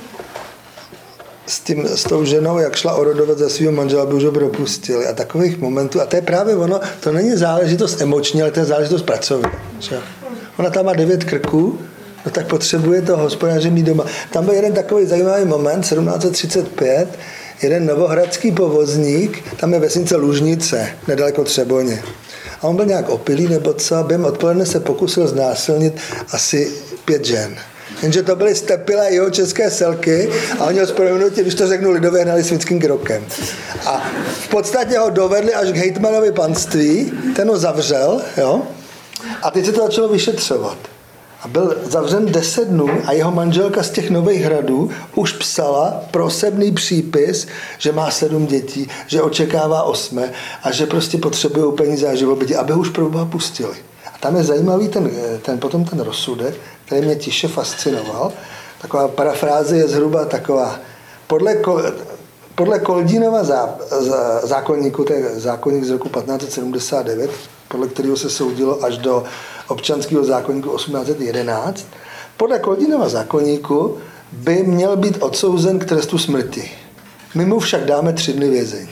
s tou ženou, jak šla orodovat za svého manžela, by už ho propustili. A takových momentů, a to je právě ono, to není záležitost emoční, ale to je záležitost pracovní. Ona tam má 9 krků, no tak potřebuje to hospodáře mít doma. Tam byl jeden takový zajímavý moment, 1735, jeden novohradský povozník, tam je vesnice Lužnice, nedaleko Třeboně. A on byl nějak opilý nebo co, a během odpoledne se pokusil znásilnit asi 5 žen. Jenže to byly stepilé jeho české selky a oni ho z prominutí, když to řeknu lidově, hnali svinským krokem. A v podstatě ho dovedli až k hejtmanovi panství, ten ho zavřel, jo? A teď se to začalo vyšetřovat. A byl zavřen 10 dnů a jeho manželka z těch Nových Hradů už psala prosebný přípis, že má 7 dětí, že očekává 8 a že prostě potřebují peníze a živobytí, aby ho už proboha pustili. A tam je zajímavý potom ten rozsudek, který mě tiše fascinoval. Taková parafráze je zhruba taková. Podle Koldínova zákonníku, to je zákonník z roku 1579, podle kterého se soudilo až do občanského zákonníku 1811, podle Koldínova zákonníku by měl být odsouzen k trestu smrti. My mu však dáme 3 dny vězení.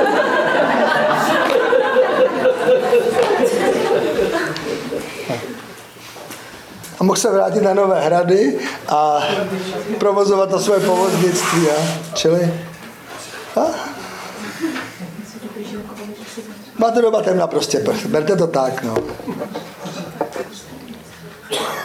A mohl se vrátit na Nové Hrady a provozovat to svoje povoznictví. Čili... Máte doba temna prostě, berte to tak, no.